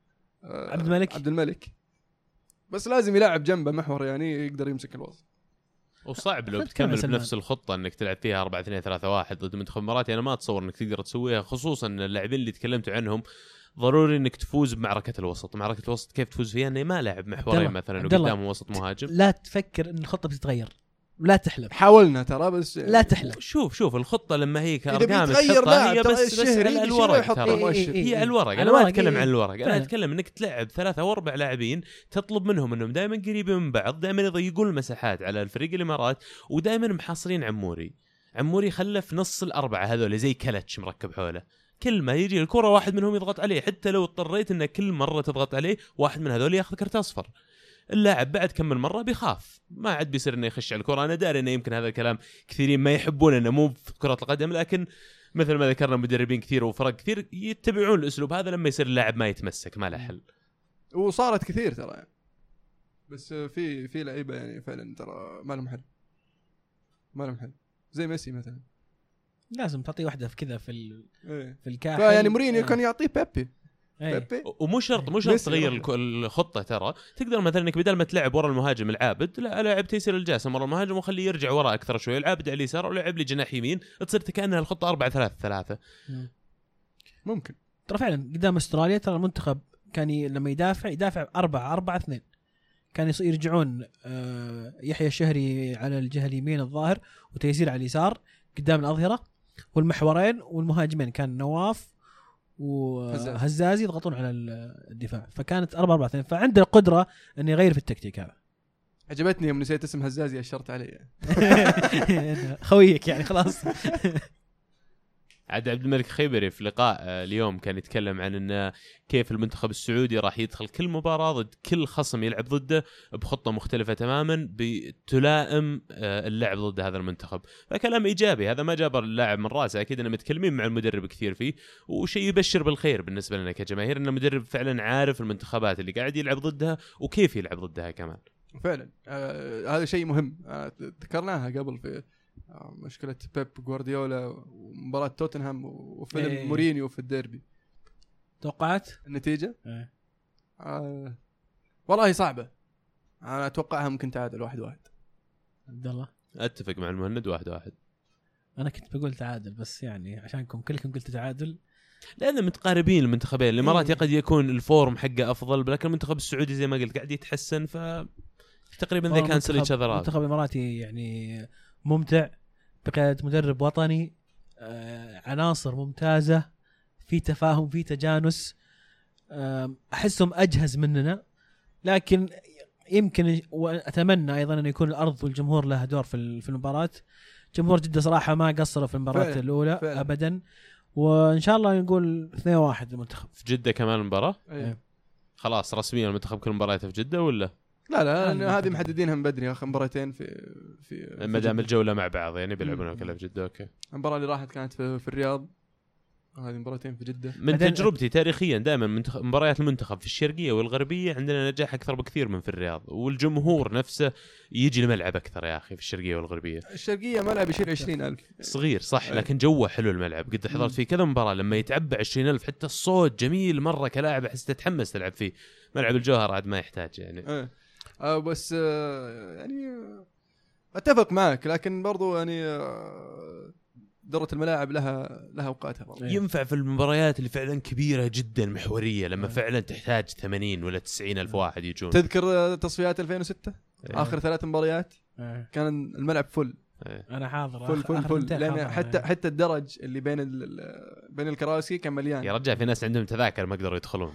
عبد الملك بس لازم يلعب جنبه محور يعني يقدر يمسك الوسط. وصعب لو تكمل بنفس الخطه انك تلعب فيها 4-2-3-1 ضد منتخب الامارات. انا ما اتصور انك تقدر تسويها، خصوصا اللاعبين اللي تكلمت عنهم ضروري انك تفوز بمعركه الوسط. معركه الوسط كيف تفوز فيها؟ انه ما لاعب محورين مثلا وقدامه وسط مهاجم. لا تفكر ان الخطه بتتغير، لا تحلم. حاولنا ترى بس لا تحلم. شوف الخطه لما هي كارقام تحطها هي بس على الورق ترى. هي على الورق. انا ما اتكلم عن الورق، انا اتكلم انك تلعب 3 أو 4 لاعبين تطلب منهم انهم دائما قريبين من بعض، دائما يضيقون المساحات على الفريق الامارات، ودائما محاصرين عموري خلف نص الأربعة هذول زي كلتش مركب حوله. كل ما يجي الكرة واحد منهم يضغط عليه، حتى لو اضطريت انك كل مرة تضغط عليه واحد من هذول ياخذ كرت اصفر. اللاعب بعد كم من مرة بيخاف، ما عاد بيصير انه يخش على الكرة. انا داري انه يمكن هذا الكلام كثيرين ما يحبون انه مو في كرة القدم، لكن مثل ما ذكرنا مدربين كثير وفرق كثير يتبعون الاسلوب هذا لما يصير اللاعب ما يتمسك ما له حل. وصارت كثير ترى، بس في لعيبة يعني فعلا ترى ما لهم حل زي ميسي مثلا. لازم تعطيه واحدة في كذا في الكاحل. يعني مورينيو كان يعطيه بيبي. ومو شرط تغير الخطه. ترى تقدر مثلا انك بدل ما تلعب ورا المهاجم العابد، لا لاعب تيسير الجاسم ورا المهاجم وخليه يرجع ورا اكثر شوي، العابد على اليسار ولعب لي جناح يمين، تصير كانها الخطه 4-3-3. ممكن. ترى فعلا قدام استراليا ترى المنتخب كان لما يدافع 4-4-2، كان يرجعون يحيى الشهري على الجهه اليمين الظاهر وتيسير على اليسار قدام الاظهره، والمحورين والمهاجمين كان نواف وهزازي يضغطون على الدفاع، فكانت 4-4-2. فعنده قدرة أن يغير في التكتيك هذا. عجبتني يوم نسيت اسم هزازي أشرت عليه. خويك يعني خلاص. عبد الملك خيبري في لقاء اليوم كان يتكلم عن إن كيف المنتخب السعودي راح يدخل كل مباراة ضد كل خصم يلعب ضده بخطة مختلفة تماما بتلائم اللعب ضد هذا المنتخب. فكلام إيجابي، هذا ما جاب اللاعب من راسه، أكيد أننا متكلمين مع المدرب كثير فيه، وشيء يبشر بالخير بالنسبة لنا كجماهير أن المدرب فعلا عارف المنتخبات اللي قاعد يلعب ضدها وكيف يلعب ضدها كمان. فعلا هذا شيء مهم. ذكرناها قبل في مشكلة بيب جوارديولا ومباراة توتنهام وفيلم مورينيو في الديربي. توقعت النتيجة والله صعبة، أنا أتوقعها ممكن تعادل 1-1. عبد الله أتفق مع المهند 1-1. أنا كنت بقول تعادل بس يعني عشانكم كلكم قلت تعادل، لأن متقاربين المنتخبين. الإمارات قد يكون الفورم حقه أفضل، لكن المنتخب السعودي زي ما قلت قاعد يتحسن، فتقريبا ذا كانسل each other out. المنتخب الإماراتي يعني ممتع بقيادة مدرب وطني، عناصر ممتازة، في تفاهم، في تجانس، أحسهم أجهز مننا، لكن يمكن وأتمنى أيضا أن يكون الأرض والجمهور له دور في المباراة. جمهور جدة صراحة ما قصروا في المباراة الأولى فعلا. أبدا، وإن شاء الله نقول 2-1 المنتخب في جدة كمان المباراة. خلاص رسميا المنتخب كل مباراته في جدة ولا لا هذه محددينها من بدري، مباراتين في ما دام الجولة مع بعض يعني بيلعبونها كلها في جدة. اوكي، المباراة اللي راحت كانت في الرياض، هذه مباراتين في جدة. من تجربتي تاريخيا دائما مباريات المنتخب في الشرقية والغربية عندنا نجاح أكثر بكثير من في الرياض، والجمهور نفسه يجي الملعب أكثر يا أخي في الشرقية والغربية. الشرقية ملعب يشيل 20,000 صغير صح، لكن جوه حلو الملعب. قد حضرت فيه كذا مباراة لما يتعبى 20,000، حتى الصوت جميل مرة كلاعب، أحس تتحمس تلعب فيه. ملعب الجوهر عاد ما يحتاج يعني. بس يعني اتفق معك، لكن برضو يعني دورة الملاعب لها اوقاتها. ينفع في المباريات اللي فعلا كبيره جدا محوريه لما فعلا تحتاج 80 ولا 90 الف واحد يجون. تذكر تصفيات 2006 اخر 3 مباريات كان الملعب فل. انا حاضر فل لان حتى الدرج اللي بين الكراسي كان مليان. يا رجال في ناس عندهم تذاكر ما قدروا يدخلون.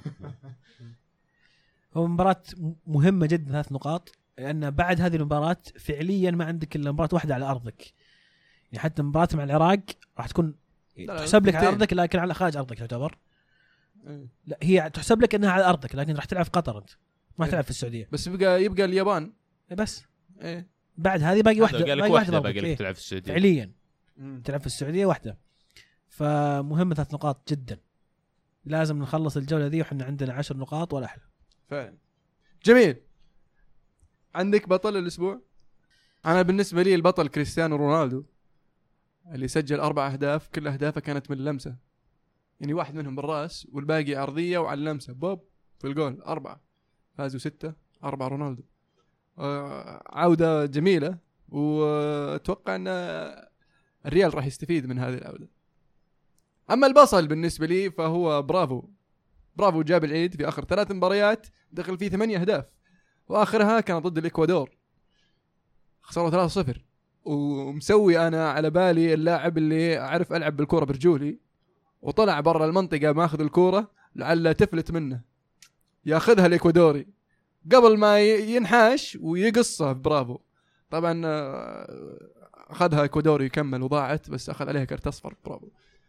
هو مباراة مهمة جدا 3 نقاط، لأن بعد هذه المباراة فعليا ما عندك إلا مباراة واحدة على أرضك. يعني حتى مباراة مع العراق راح تكون تحسب لك على أرضك لكن على خارج أرضك تعتبر. لا هي تحسب لك إنها على أرضك لكن راح تلعب في قطر، أنت ما تلعب في السعودية. بس يبقى اليابان بس. بعد هذه باقي واحدة باقي لك تلعب في السعودية فعليا. تلعب في السعودية واحدة. فمهمة 3 نقاط جدا. لازم نخلص الجولة ذي وحنا عندنا 10 نقاط ولا أحلى. فعلا. جميل. عندك بطل الأسبوع؟ أنا بالنسبة لي البطل كريستيانو رونالدو اللي سجل 4 أهداف، كل أهدافه كانت من اللمسة. يعني واحد منهم بالرأس والباقي عرضية وعلى اللمسة بوب في الجول. 4 فازوا 6 4 رونالدو. عودة جميلة وأتوقع أن الريال راح يستفيد من هذه العودة. أما البصل بالنسبة لي فهو برافو جاب العيد في آخر 3 مباريات دخل فيه 8 أهداف وآخرها كان ضد الإكوادور خسروا 3-0. ومسوي أنا على بالي اللاعب اللي أعرف ألعب بالكرة برجولي وطلع برا المنطقة ما أخذ الكرة لعل تفلت منه ياخذها الإكوادوري قبل ما ينحاش ويقصه. برافو. طبعا أخذها إكوادوري يكمل وضاعت بس أخذ عليها كرت أصفر. برافو.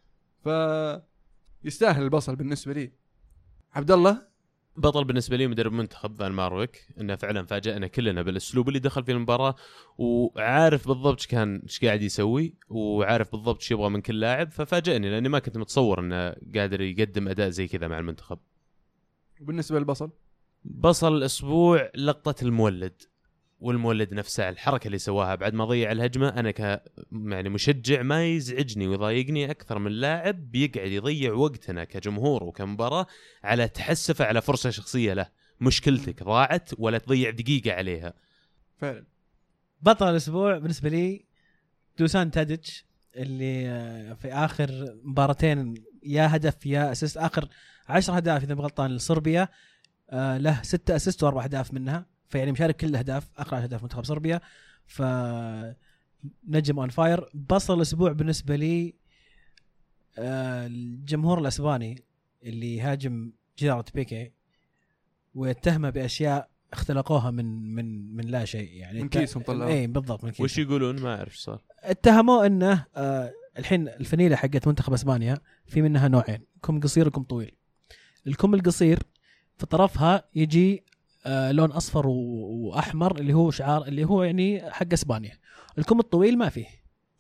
يستاهل البصل بالنسبة لي. عبد الله بطل بالنسبة لي مدرب منتخب فان مارويك، إنه فعلا فاجأنا كلنا بالأسلوب اللي دخل في المباراة وعارف بالضبط ايش قاعد يسوي وعارف بالضبط ايش يبغى من كل لاعب. ففاجأني لأني ما كنت متصور إنه قادر يقدم أداء زي كذا مع المنتخب. وبالنسبة للبصل بصل الأسبوع لقطة المولد والمولد نفسه الحركة اللي سواها بعد ما ضيع الهجمة. أنا يعني مشجع ما يزعجني ويضايقني أكثر من لاعب بيقعد يضيع وقتنا كجمهور وكمباراة على تحسفه على فرصة شخصية له. مشكلتك ضاعت ولا تضيع دقيقة عليها. فعلا. بطل الأسبوع بالنسبة لي دوسان تاديتش اللي في آخر مباراتين يا هدف يا أسيست. آخر 10 أهداف إذا بغلطان لصربيا له 6 أسيست و4 أهداف منها، فيعني مشارك كل الأهداف آخر 10 أهداف منتخب صربيا. فنجم أون فاير. بصل الأسبوع بالنسبة لي الجمهور الأسباني اللي هاجم جدارة بيكي ويتهمه بأشياء اختلقوها من لا شيء. يعني من كيسهم طلعوا. اي بالضبط من كيسهم. وش يقولون ما أعرف صار. اتهموا انه الحين الفنيلة حقت منتخب اسبانيا في منها نوعين، كم قصير وكم طويل. الكم القصير في طرفها يجي لون اصفر واحمر اللي هو شعار اللي هو يعني حق اسبانيا. الكم الطويل ما فيه.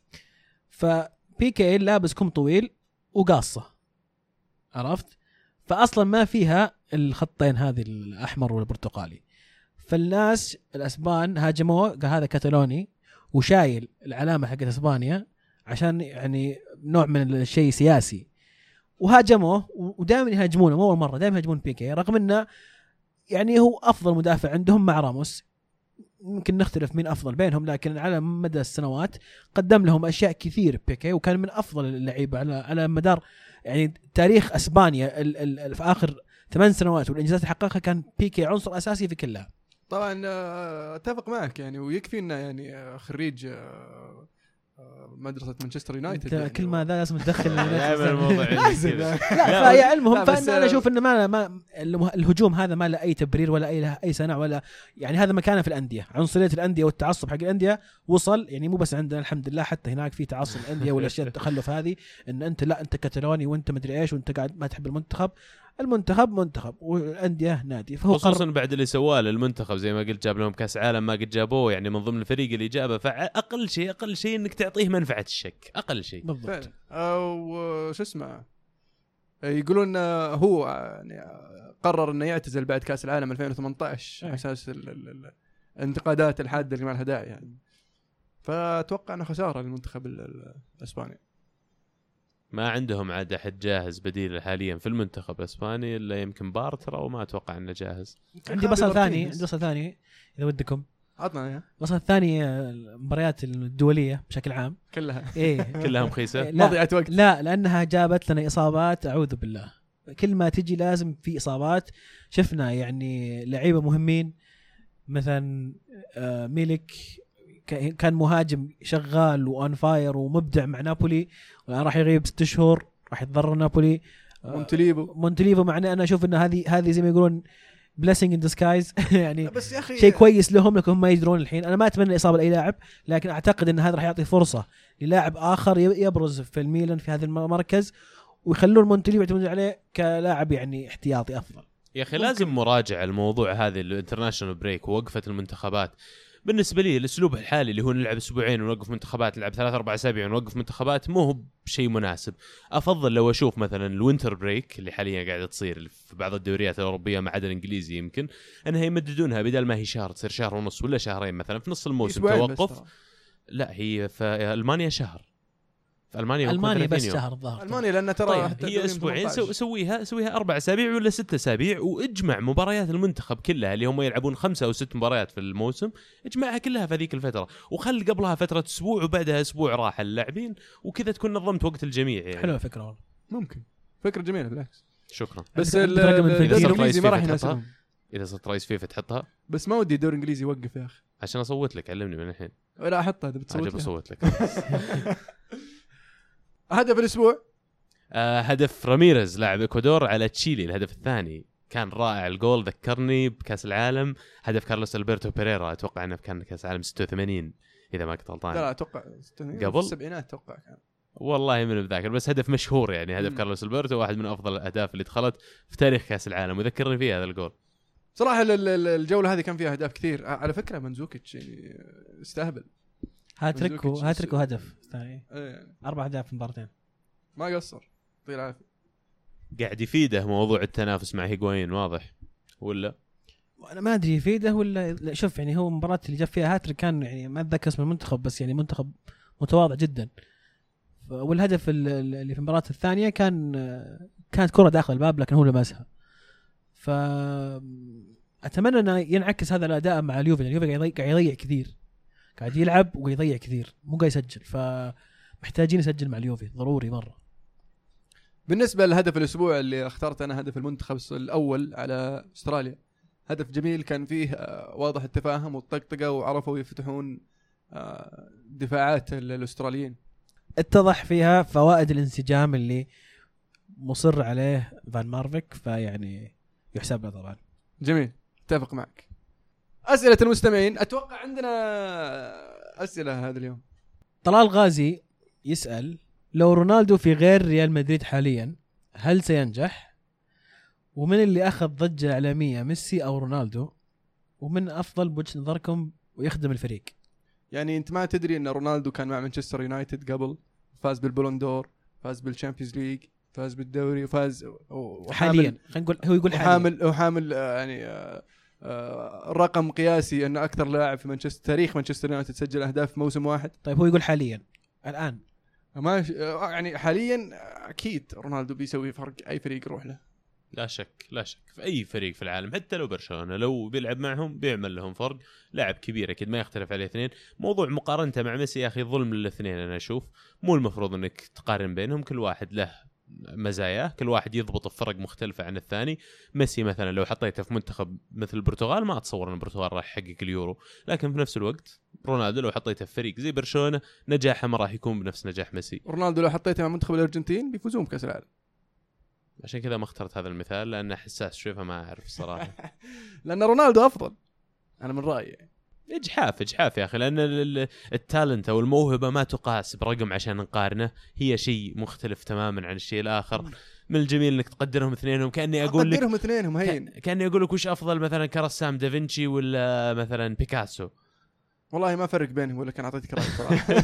فبيكي لابس كم طويل وقاصه، عرفت؟ فاصلا ما فيها الخطين هذه الاحمر والبرتقالي. فالناس الاسبان هاجموه قال هذا كتالوني وشايل العلامه حقت اسبانيا عشان يعني نوع من الشيء سياسي، وهاجموه. ودائما يهاجمونه، مو اول مره، دائما يهاجمون بيكي رغم انه يعني هو افضل مدافع عندهم مع راموس. ممكن نختلف مين افضل بينهم، لكن على مدى السنوات قدم لهم اشياء كثير بيكي، وكان من افضل اللعيبه على مدار يعني تاريخ اسبانيا في اخر 8 سنوات، والانجازات اللي حققها كان بيكي عنصر اساسي في كلها. طبعا اتفق معك يعني، ويكفي انه يعني خريج مدرسة مانشستر يونايتد يعني كل ما ذا لازم تدخل الموضوع لا يا علمهم. فأنا أنا أشوف إن ما الهجوم هذا ما له أي تبرير ولا أي سنة ولا يعني هذا مكانه في الأندية. عنصرية الأندية والتعصب حق الأندية وصل يعني مو بس عندنا الحمد لله، حتى هناك في تعصب الأندية والأشياء التخلف هذه، إن أنت لا أنت كتالوني وأنت مدري إيش وأنت قاعد ما تحب المنتخب. المنتخب منتخب والأندية نادي. فهو خصوصا بعد اللي سواه للمنتخب زي ما قلت، جاب لهم كاس عالم ما قد جابوه يعني من ضمن الفريق اللي جابه. فأقل شيء انك تعطيه منفعة الشك، اقل شيء بالضبط. او شو اسمه يقولون هو يعني قرر انه يعتزل بعد كاس العالم 2018 على اساس الانتقادات الحاده اللي ما لها داعي يعني. فاتوقع انه خساره للمنتخب الاسباني. ما عندهم عاد احد جاهز بديل حاليا في المنتخب الاسباني الا يمكن بارتر، او ما اتوقع انه جاهز. عندي بصل ثاني اذا ودكم. عطنا اياها الوسط الثاني المباريات الدوليه بشكل عام كلها ايه كلها مخيسه. مضيعة وقت. لا لانها جابت لنا اصابات اعوذ بالله، كل ما تجي لازم في اصابات. شفنا يعني لعيبه مهمين مثلا ميلك كان مهاجم شغال وان فاير ومبدع مع نابولي، والان راح يغيب 6 شهور، راح يتضرر نابولي. مونتليفو معناه انا اشوف ان هذه زي ما يقولون blessing in disguise يعني بس يا اخي شيء كويس لهم، لكن هم ما يدرون الحين. انا ما اتمنى اصابه لاي لاعب، لكن اعتقد ان هذا راح يعطي فرصه للاعب اخر يبرز في الميلان في هذا المركز، ويخلون مونتليفو يعتمدون عليه كلاعب يعني احتياطي افضل. يا اخي لازم مراجعه الموضوع هذا الانترناشونال بريك ووقفه المنتخبات. بالنسبه لي الاسلوب الحالي اللي هو نلعب اسبوعين ونوقف منتخبات، نلعب 3-4 اسابيع ونوقف منتخبات، مو هو بشيء مناسب. افضل لو اشوف مثلا الوينتر بريك اللي حاليا قاعده تصير في بعض الدوريات الاوروبيه ما عدا الانجليزي، يمكن انها يمددونها بدل ما هي شهر تصير شهر ونص ولا شهرين مثلا في نص الموسم توقف. لا هي في المانيا شهر، في المانيا بس شهر الظاهر. المانيا لان ترى طيب هي اسبوعين، سويها 4 اسابيع ولا 6 اسابيع، واجمع مباريات المنتخب كلها اللي هم يلعبون 5 أو 6 مباريات في الموسم، اجمعها كلها في هذيك الفتره، وخل قبلها فتره اسبوع وبعدها اسبوع راحه اللاعبين، وكذا تكون نظمت وقت الجميع يعني. حلوه فكره والله، ممكن فكره جميله بالعكس. شكرا. بس الدوري الانجليزي ما راح يناسبهم. اذا صرت رئيس فيفا تحطها، بس ما ودي الدوري الانجليزي يوقف يا اخي عشان اصوت لك. علمني من الحين. ولا احطها اذا بتصوت. بصوت لك. هدف الاسبوع هدف راميريز لاعب اكوادور على تشيلي، الهدف الثاني كان رائع. الجول ذكرني بكاس العالم، هدف كارلوس البرتو بيريرا، اتوقع انه كان كاس العالم 86 اذا ما كنت غلطان. لا اتوقع قبل السبعينات اتوقع كان، والله من بذاكر، بس هدف مشهور يعني. هدف كارلوس البرتو واحد من افضل الاهداف اللي دخلت في تاريخ كاس العالم، وذكرني فيه هذا الجول صراحه. الجوله هذه كان فيها اهداف كثير على فكره. منزوكيتش يعني استهبل، هاتريك وهدف ثاني، يعني 4 أهداف في مباراتين، ما قصر. يعطيه العافيه. قاعد يفيده موضوع التنافس مع هيغوين، واضح ولا؟ انا ما ادري يفيده ولا. شوف يعني هو المباراه اللي جاب فيها هاتريك كان يعني ما اتذكر اسم المنتخب، بس يعني منتخب متواضع جدا. والهدف اللي في المباراه الثانيه كانت كره داخل الباب لكن هو لمسها. فاتمنى انه ينعكس هذا الاداء مع اليوفي. اليوفي قاعد يضيع كثير، قاعد يلعب ويضيع كثير، مو قاعد يسجل، فمحتاجين يسجل مع اليوفي ضروري مره. بالنسبه لهدف الاسبوع اللي اخترت انا، هدف المنتخب الاول على استراليا، هدف جميل كان فيه واضح التفاهم والطقطقه، وعرفوا يفتحون دفاعات الاستراليين. اتضح فيها فوائد الانسجام اللي مصر عليه فان مارفيك، فيعني يحسب له طبعا. جميل، اتفق معك. اسئله المستمعين، اتوقع عندنا اسئله هذا اليوم. طلال غازي يسال: لو رونالدو في غير ريال مدريد حاليا هل سينجح؟ ومن اللي أخذ ضجة إعلامية، ميسي أو رونالدو؟ ومن أفضل بوجهة نظركم ويخدم الفريق؟ يعني أنت ما تدري أن رونالدو كان مع مانشستر يونايتد قبل، فاز بالبولندور، فاز بالشامبيونز ليج، فاز بالدوري، وفاز حاليا. خلينا نقول هو يقول حاليا وحامل يعني رقم قياسي أنه أكثر لاعب في تاريخ مانشستر يونايتد سجل أهداف في موسم واحد. طيب هو يقول حاليا الآن ما يعني حاليا اكيد رونالدو بيسوي فرق اي فريق يروح له، لا شك في اي فريق في العالم، حتى لو برشلونه لو بيلعب معهم بيعمل لهم فرق. لاعب كبير اكيد ما يختلف عليه اثنين. موضوع مقارنته مع ميسي يا اخي ظلم للاثنين، انا اشوف مو المفروض انك تقارن بينهم، كل واحد له مزاياه، كل واحد يضبط بفرق مختلفه عن الثاني. ميسي مثلا لو حطيته في منتخب مثل البرتغال ما اتصور ان البرتغال راح يحقق اليورو، لكن في نفس الوقت رونالدو لو حطيته في فريق زي برشلونه نجاحه ما راح يكون بنفس نجاح ميسي. رونالدو لو حطيته مع منتخب الارجنتين بيفوزون بكاس العالم. عشان كذا ما اخترت هذا المثال لانه حساس شوي، فما اعرف الصراحه. لان رونالدو افضل انا من رايي. اجحاف يا اخي، لان التالنت او الموهبه ما تقاس برقم عشان نقارنه، هي شيء مختلف تماما عن الشيء الاخر. من الجميل انك تقدرهم اثنينهم، كاني اقول لك تقدرهم اثنينهم هين، كاني اقول لك وش افضل مثلا كرسام دافنشي ولا مثلا بيكاسو. والله ما فرق بينهم، ولا كان اعطيتك راي صراحه.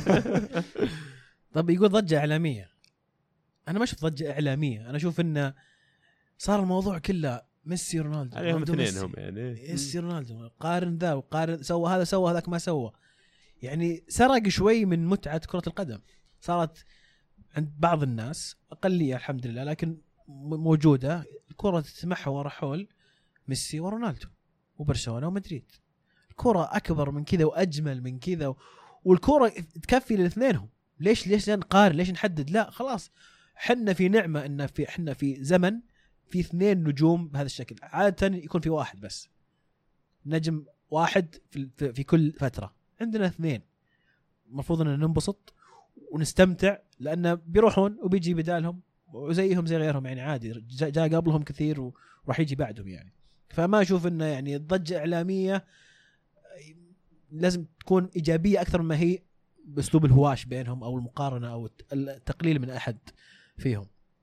طب يقول ضجه اعلاميه، انا ما اشوف ضجه اعلاميه، انا اشوف انه صار الموضوع كله ميسي رونالدو عليهم اثنينهم يعني ميسي رونالدو، قارن ذا وقارن، سوى هذا سوى هذاك ما سوى، يعني سرق شوي من متعة كرة القدم. صارت عند بعض الناس أقلية الحمد لله لكن موجودة، الكرة تتمحور حول ميسي ورونالدو وبرشلونة ومدريد. الكرة اكبر من كذا واجمل من كذا والكرة تكفي للاثنينهم. ليش نقارن؟ ليش نحدد؟ لا خلاص حنا في نعمة ان احنا في زمن في 2 نجوم بهذا الشكل. عادة يكون في واحد بس، نجم واحد في كل فترة. عندنا 2 المفروض ان ننبسط ونستمتع لأنه بيروحون وبيجي بدالهم وزيهم زي غيرهم يعني عادي. جاء قبلهم كثير وراح يجي بعدهم يعني. فما أشوف إنه يعني الضجة إعلامية لازم تكون إيجابية أكثر مما هي بأسلوب الهواش بينهم أو المقارنة أو التقليل من أحد فيهم.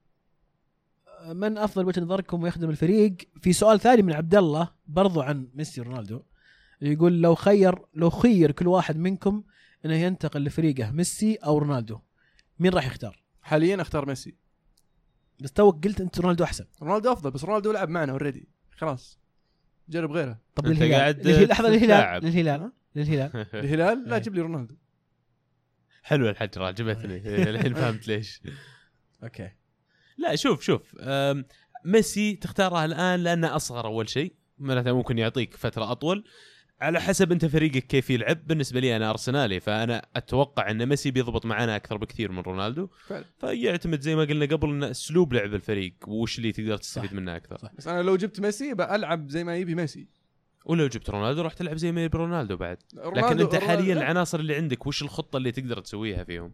من أفضل وجهة نظركم ويخدم الفريق؟ في سؤال ثاني من عبد الله برضو عن ميسي ورونالدو، يقول لو خير كل واحد منكم انه ينتقل لفريقه ميسي او رونالدو، مين راح يختار؟ حاليا اختار ميسي. بس توك قلت انت رونالدو احسن. رونالدو افضل، بس رونالدو لعب معنا اوريدي خلاص، جرب غيره. طب أنت للهلال قاعد لحظه تتلاعب. للهلال الهلال لا، جيب لي رونالدو. حلوه الحجره عجبتني الحين فهمت ليش. اوكي لا شوف ميسي تختاره الان لانه اصغر اول شيء، معناته ممكن يعطيك فتره اطول على حسب انت فريقك كيف يلعب. بالنسبه لي انا ارسنالي، فانا اتوقع ان ميسي بيضبط معنا اكثر بكثير من رونالدو فعلا. فيعتمد زي ما قلنا قبل ان اسلوب لعب الفريق وش اللي تقدر تستفيد منه اكثر. صح. بس انا لو جبت ميسي بلعب زي ما يبي ميسي، ولو جبت رونالدو راح تلعب زي ما يبي رونالدو بعد. لكن انت حاليا العناصر اللي عندك وش الخطه اللي تقدر تسويها فيهم؟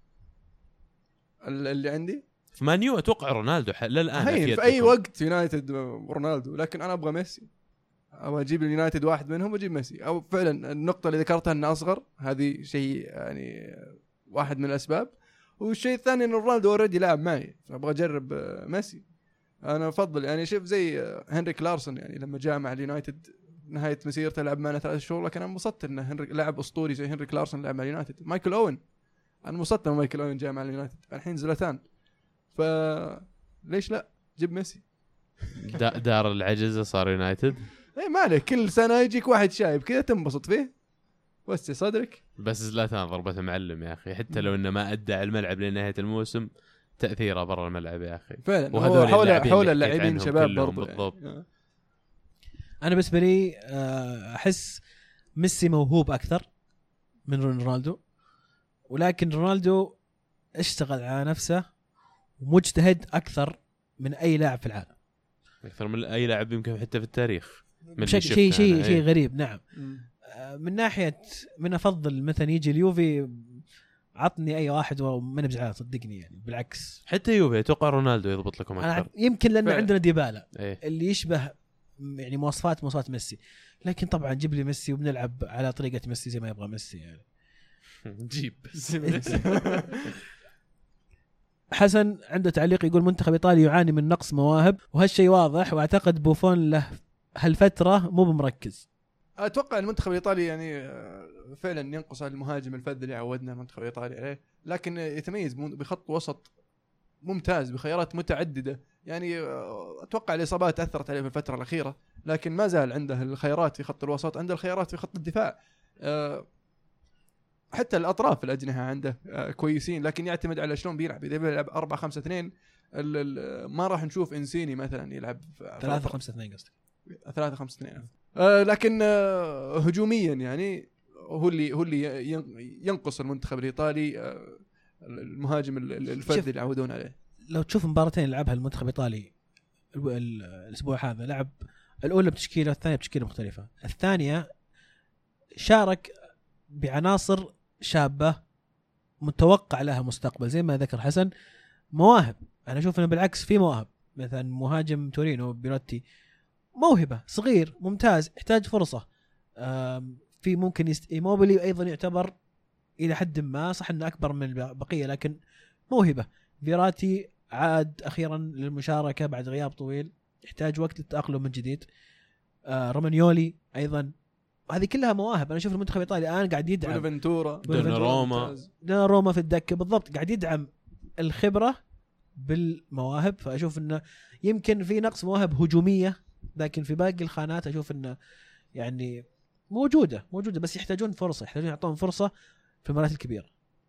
اللي عندي في مانيو اتوقع رونالدو للان في اي وقت يونايتد رونالدو، لكن انا ابغى ميسي، او اجيب اليونايتد واحد منهم واجيب ميسي. او فعلا النقطه اللي ذكرتها انه اصغر، هذه شيء يعني واحد من الاسباب. والشيء الثاني ان رونالدو اوريدي لاعب معي، فابغى اجرب ميسي. انا افضل يعني شوف زي هنري كلارسون، يعني لما جاء مع اليونايتد نهايه مسيرته لعب معنا 3 شهور، لكن انا انبسطت ان لاعب اسطوري زي هنري كلارسون لعب مع اليونايتد. مايكل اوين، انا انبسطت لما مايكل اوين جاء مع اليونايتد. الحين زلاتان، فليش لا جيب ميسي. دار العجزه صار يونايتد. اي ما عليك، كل سنه يجيك واحد شايب كذا تنبسط فيه، وسع صدرك. بس زلاتان ضربته معلم يا اخي، حتى لو انه ما ادى على الملعب لنهايه الموسم تاثيره برا الملعب يا اخي. فعلا وهذول حول اللاعبين شباب برضو بالضبط. يعني. انا بالنسبه لي احس ميسي موهوب اكثر من رونالدو، ولكن رونالدو اشتغل على نفسه ومجتهد اكثر من اي لاعب في العالم، اكثر من اي لاعب يمكن حتى في التاريخ. شيء غريب. نعم. من ناحيه من افضل مثلا يجي اليوفي عطني اي واحد ومن بزعل صدقني، يعني بالعكس حتى يوفي اتوقع رونالدو يضبط لكم اكثر. يمكن لان عندنا ديبالا إيه؟ اللي يشبه يعني مواصفات ميسي، لكن طبعا جيب لي ميسي وبنلعب على طريقه ميسي زي ما يبغى ميسي يعني. جيب حسن عنده تعليق يقول منتخب ايطاليا يعاني من نقص مواهب، وهالشيء واضح، واعتقد بوفون له هالفتره مو بمركز. اتوقع المنتخب الايطالي يعني فعلا ينقص المهاجم الفذ اللي عودنا المنتخب الايطالي عليه، لكن يتميز بخط وسط ممتاز بخيارات متعدده. يعني اتوقع الاصابات اثرت عليه في الفتره الاخيره، لكن ما زال عنده الخيارات في خط الوسط، عنده الخيارات في خط الدفاع. حتى الاطراف الاجنحه عنده كويسين، لكن يعتمد على شلون بيلعب. اذا بيلعب 4-5-2 ما راح نشوف انسيني مثلا يلعب 3-5-2 قصدك 3-5-2. لكن هجوميا يعني هو اللي ينقص المنتخب الايطالي المهاجم الفذ اللي يعودون عليه. لو تشوف مباراتين لعبها المنتخب الايطالي الاسبوع هذا، لعب الاولى بتشكيله والثانيه بتشكيله مختلفه. الثانيه شارك بعناصر شابه متوقع لها مستقبل زي ما ذكر حسن. مواهب، انا اشوف انه بالعكس في مواهب، مثلا مهاجم تورينو بيروتي موهبه، صغير ممتاز يحتاج فرصه. في ممكن إيموبيلي ايضا يعتبر الى حد ما، صح انه اكبر من البقيه لكن موهبه. فيراتي عاد اخيرا للمشاركه بعد غياب طويل، يحتاج وقت للتاقلم من جديد. رومانيولي ايضا، هذه كلها مواهب. انا اشوف المنتخب الايطالي الان قاعد يدعم دوناروما في الدكه بالضبط، قاعد يدعم الخبره بالمواهب. فاشوف انه يمكن في نقص مواهب هجوميه، لكن في باقي الخانات اشوف انه يعني موجوده بس يحتاجون فرصه، يحتاجون يعطون فرصه في المباريات الكبيره.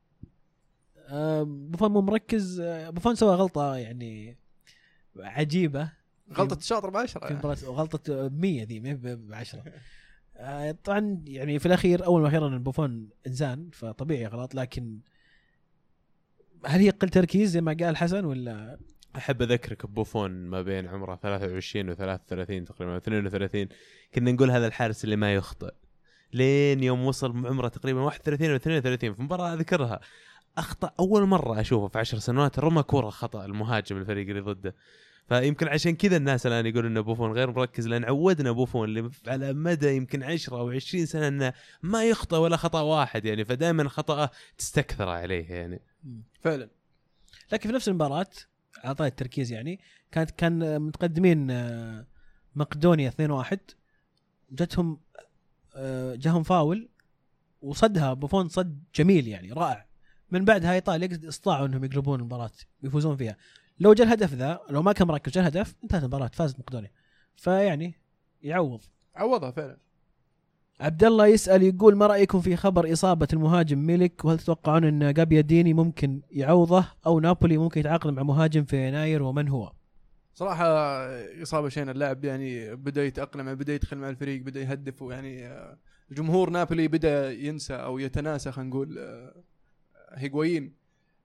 بوفون مو مركز. بوفون سوى غلطه يعني عجيبه، غلطه الشاطر ب10 في مباراه، غلطه 100 ذي ما ب10. طبعا يعني في الاخير اول ما اخيرا بوفون انسان فطبيعي غلط، لكن هل هي قل تركيز زي ما قال حسن ولا؟ احب اذكرك ببوفون ما بين عمره 23 و33 تقريبا 32 كنا نقول هذا الحارس اللي ما يخطئ، لين يوم وصل عمره تقريبا 31 و 32 في مباراه اذكرها اخطا اول مره اشوفه في 10 سنوات، رمى كره خطا المهاجم الفريق اللي ضده. فيمكن عشان كذا الناس الان يقولون ان بوفون غير مركز، لان عودنا بوفون اللي على مدى يمكن 10 او 20 سنه انه ما يخطئ ولا خطا واحد يعني، فدائما خطاه تستكثر عليه يعني فعلا. لكن في نفس المباراه اعطاه التركيز يعني كان متقدمين مقدونيا 2-1 جتهم جاهم فاول وصدها بوفون صد جميل يعني رائع، من بعدها ايطاليا استطاعوا انهم يقلبون المباراه ويفوزون فيها. لو جاء الهدف ذا لو ما كان مركز جاء الهدف انتهت المباراه فازت مقدونيا، فيعني عوضها فعلا. عبد الله يسأل يقول ما رأيكم في خبر إصابة المهاجم ميلك، وهل تتوقعون أن جابياديني ممكن يعوضه أو نابولي ممكن يتعاقد مع مهاجم في يناير ومن هو؟ صراحة إصابة شين، اللاعب يعني بدأ يتأقلم، بدأ يدخل مع الفريق، بدأ يهدف، ويعني جمهور نابولي بدأ ينسى أو يتناسى خلينا نقول هيغوين.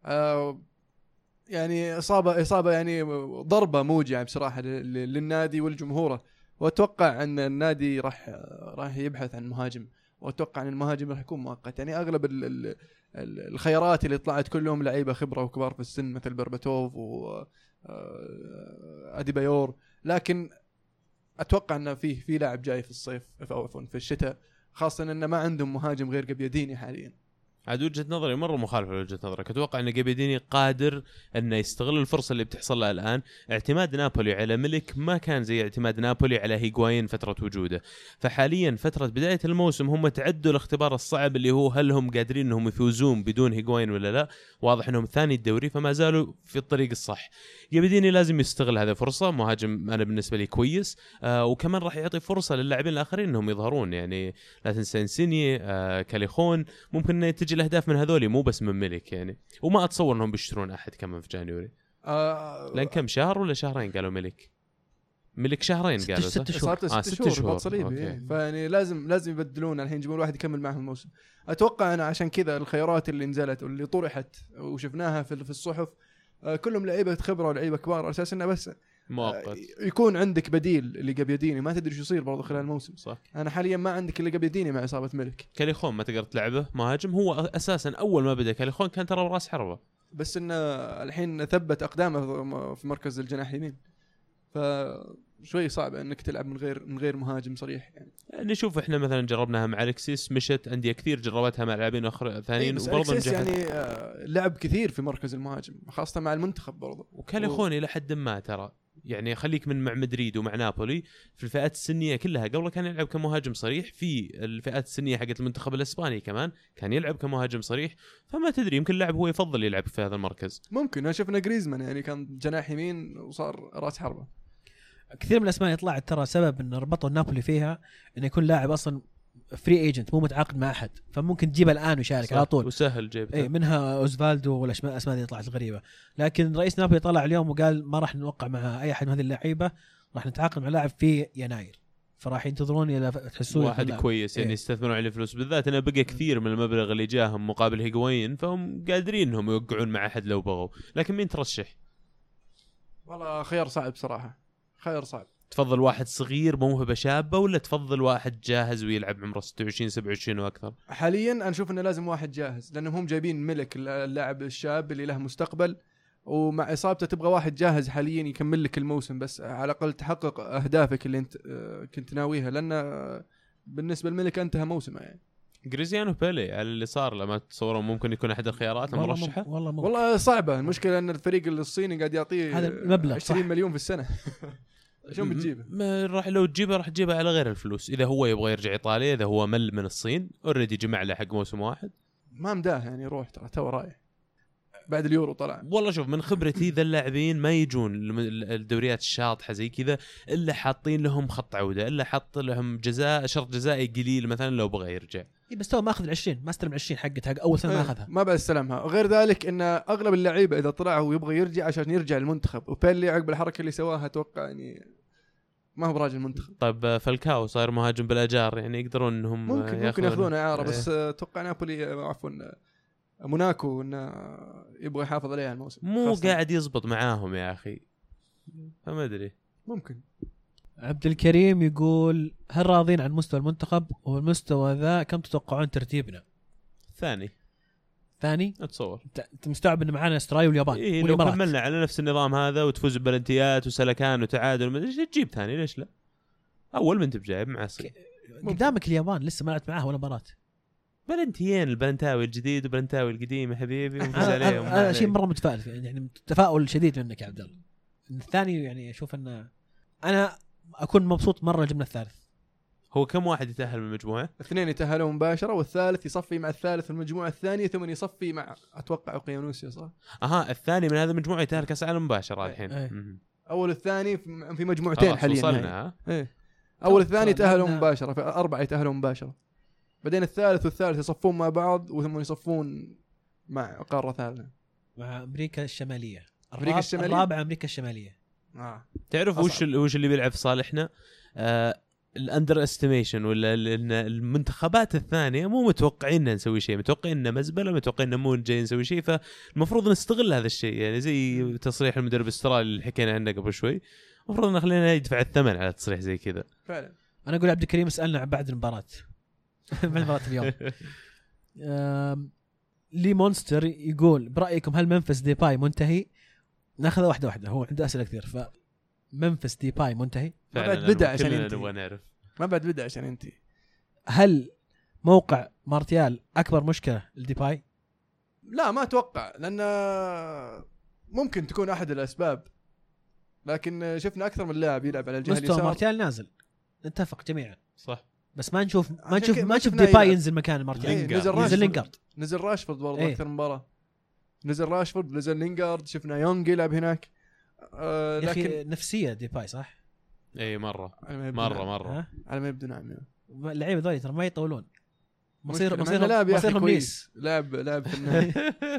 يعني إصابة يعني ضربة موجعة بصراحة للنادي والجمهوره، وأتوقع أن النادي راح يبحث عن مهاجم، وأتوقع أن المهاجم راح يكون مؤقت. يعني أغلب الخيارات اللي طلعت كلهم لعيبة خبرة وكبار في السن مثل برباتوف وأديبايور، لكن أتوقع أن في لاعب جاي في الصيف أو في الشتاء، خاصة أن ما عندهم مهاجم غير جابياديني حاليا. عاد وجهة نظري مرة مخالفة لوجهة نظرك. أتوقع أن جابياديني قادر أنه يستغل الفرصة اللي بتحصل له الآن. اعتماد نابولي على ملك ما كان زي اعتماد نابولي على هيغوايين فترة وجوده، فحاليا فترة بداية الموسم هم تعدوا الاختبار الصعب اللي هو هل هم قادرين أنهم يفوزون بدون هيغوايين ولا لا. واضح أنهم ثاني الدوري فما زالوا في الطريق الصح. جابياديني لازم يستغل هذه الفرصة، مهاجم أنا بالنسبة لي كويس، وكمان راح يعطي فرصة للاعبين الآخرين أنهم يظهرون. يعني لا تنسى إنسيني، كاليخون، ممكن تجي الأهداف من هذولي مو بس من ملك يعني. وما أتصور أنهم بيشترون أحد كمان في جانيوري. لأن كم شهر ولا شهرين قالوا ملك شهرين قالوا 6 شهور 6 شهور صليبي، فيعني لازم يبدلون الحين، يجيبون واحد يكمل معهم الموسم. أتوقع أنا عشان كذا الخيارات اللي نزلت واللي طرحت وشفناها في الصحف كلهم لعيبة خبرة ولعيبة كبار، أساس إنه بس مؤقت يكون عندك بديل اللي جابياديني، ما تدري شو يصير برضو خلال الموسم. صح. أنا حاليا ما عندك اللي جابياديني مع إصابة ملك. كاليخون ما تقدر تلعبه مهاجم، هو أساسا أول ما بدأ كاليخون كان ترى راس حربة، بس إنه الحين ثبت أقدامه في مركز الجناح يمين، فشوي صعب إنك تلعب من غير مهاجم صريح يعني. نشوف إحنا مثلا جربناها مع أليكسيس مشت، أندية كثير جربتها مع لاعبين ثانيين وبرضه يعني لعب كثير في مركز المهاجم خاصة مع المنتخب برضه. وكاليخون إلى حد ما ترى يعني خليك مع مدريد ومع نابولي في الفئات السنية كلها قبل كان يلعب كمهاجم صريح، في الفئات السنية حقت المنتخب الإسباني كمان كان يلعب كمهاجم صريح، فما تدري يمكن لاعب هو يفضل يلعب في هذا المركز. ممكن شفنا جريزمان يعني كان جناح يمين وصار راس حربة. كثير من الأسماء طلعت ترى سبب إن ربطوا نابولي فيها إنه يكون لاعب أصلا فري ايجنت مو متعاقد مع احد، فممكن تجيبه الان ويشارك على طول وسهل جيبته. منها اوزفالدو والاسماء دي طلعت غريبه، لكن رئيس نابولي طلع اليوم وقال ما راح نوقع مع اي احد من هذه اللعيبه، راح نتعاقد مع لاعب في يناير، فراح ينتظرون الى تحسون واحد كويس يعني يستثمرون عليه فلوس، بالذات انه بقى كثير من المبلغ اللي جاهم مقابل هيغوايين، فهم قادرين انهم يوقعون مع احد لو بغوا. لكن مين ترشح؟ والله خيار صعب صراحه، خيار صعب. تفضل واحد صغير موهبة شابة ولا تفضل واحد جاهز ويلعب عمره 26 27 واكثر؟ حاليا انا اشوف انه لازم واحد جاهز، لانهم هم جايبين ملك اللاعب الشاب اللي له مستقبل، ومع اصابته تبغى واحد جاهز حاليا يكمل لك الموسم، بس على الاقل تحقق اهدافك اللي انت كنت ناويها، لان بالنسبه للملك انتهى موسمه يعني. غريزيانو بيلي على اللي صار لما تصوروا ممكن يكون احد الخيارات المرشحه. والله صعبه. المشكله ان الفريق الصيني قاعد يعطيه هذا المبلغ 20 مليون في السنه. شلون بتجيبه؟ ما راح لو تجيبه راح تجيبه على غير الفلوس. اذا هو يبغى يرجع ايطاليا، اذا هو مل من الصين اوريدي جمع له حق موسم واحد، ما مداه يعني يروح، ترى تو رايح بعد اليورو طلع. والله شوف من خبرتي ذا اللاعبين ما يجون الدوريات الشاطحه زي كذا الا حاطين لهم خط عوده، الا حط لهم جزاء شرط جزائي قليل مثلا لو بغى يرجع. بس تو ما اخذ ال20 ما استلم 20 حقته اول سنه ما اخذها، ما بعد استلمها. غير ذلك ان اغلب اللعيبه اذا طلعوا ويبغى يرجع عشان يرجع المنتخب، وبيلي عقب الحركه اللي سواها اتوقع يعني ما هو براجل منتخب. طيب فالكاو صاير مهاجم بالاجار، يعني يقدرون انهم ممكن ياخذونه اعاره، إيه. بس اتوقع نابولي عفوا موناكو انه يبغى يحافظ عليها الموسم، مو خاصة. قاعد يزبط معاهم يا اخي، فما ادري. ممكن. عبد الكريم يقول هل راضين عن مستوى المنتخب والمستوى ذا كم تتوقعون ترتيبنا؟ ثاني اتصور انت مستوعب ان معانا استراليا واليابان إيه، لو والامارات. كملنا على نفس النظام هذا وتفوز ببلنتيات وسلكان وتعادل ليش تجيب ثاني؟ ليش لا؟ اول من تبجايب معسل قدامك اليابان لسه ما لعبت معاها ولا مباراه. بلنتيين، البلنتاوي الجديد وبلنتاوي القديم يا حبيبي ونفوز عليهم. انا شيء مره متفائل فيه، يعني تفاؤل شديد منك يا عبد الله. الثاني يعني اشوف ان انا اكون مبسوط مره جبنا الثالث. هو كم واحد يتأهل من المجموعة؟ 2 يتأهلوا مباشرة، والثالث يصفي مع الثالث في المجموعة الثانية، ثم يصفي مع أتوقع أوقيانوسيا صح؟ الثاني من هذا المجموعة يتأهل كأس العالم مباشرة الحين. أول الثاني في مجموعتين حاليا. وصلنا. إيه. أول الثاني يتأهلوا لأن... مباشرة، في 4 يتأهلوا مباشرة. بعدين الثالث والثالث يصفون مع بعض، وثم يصفون مع قارة ثالثة مع أمريكا الشمالية. الرابع أمريكا الشمالية. تعرف وش اللي بيلعب في صالحنا؟ الاندر استيميشن، ولا المنتخبات الثانيه مو متوقعين ان نسوي شيء، متوقعين ان مزبله، متوقعين ان مو جاي نسوي شيء، فالمفروض نستغل هذا الشيء. يعني زي تصريح المدرب الاسترالي اللي حكينا عنه قبل شوي، المفروض نخلينا يدفع الثمن على تصريح زي كذا فعلا. انا اقول عبد الكريم اسالنا بعد المباراه بعد مباراه اليوم. لي مونستر يقول برايكم هل منفس ديباي منتهي؟ ناخذ واحده، هو عنده اسئله كثير. منفس ديباي منتهي؟ ما بعد بدأ عشان نبغى نعرف. ما بعد بدأ عشان انتي. هل موقع مارتيال اكبر مشكله لديباي؟ لا ما اتوقع، لان ممكن تكون احد الاسباب، لكن شفنا اكثر من لاعب يلعب على الجهه اليسار. مستوى مارتيال نازل، نتفق جميعا صح، بس ما نشوف ديباي ينزل مكان مارتيال. نزل راشفورد برضه ايه. اكثر من مباراه، نزل راشفورد، نزل لينغارد، شفنا يونغ يلعب هناك. لكن نفسيه ديباي صح. اي مره على ما يبدو نعم. اللعيبه ذولي ترى ما يطولون، مصيرهم كويس، لاعب فنان.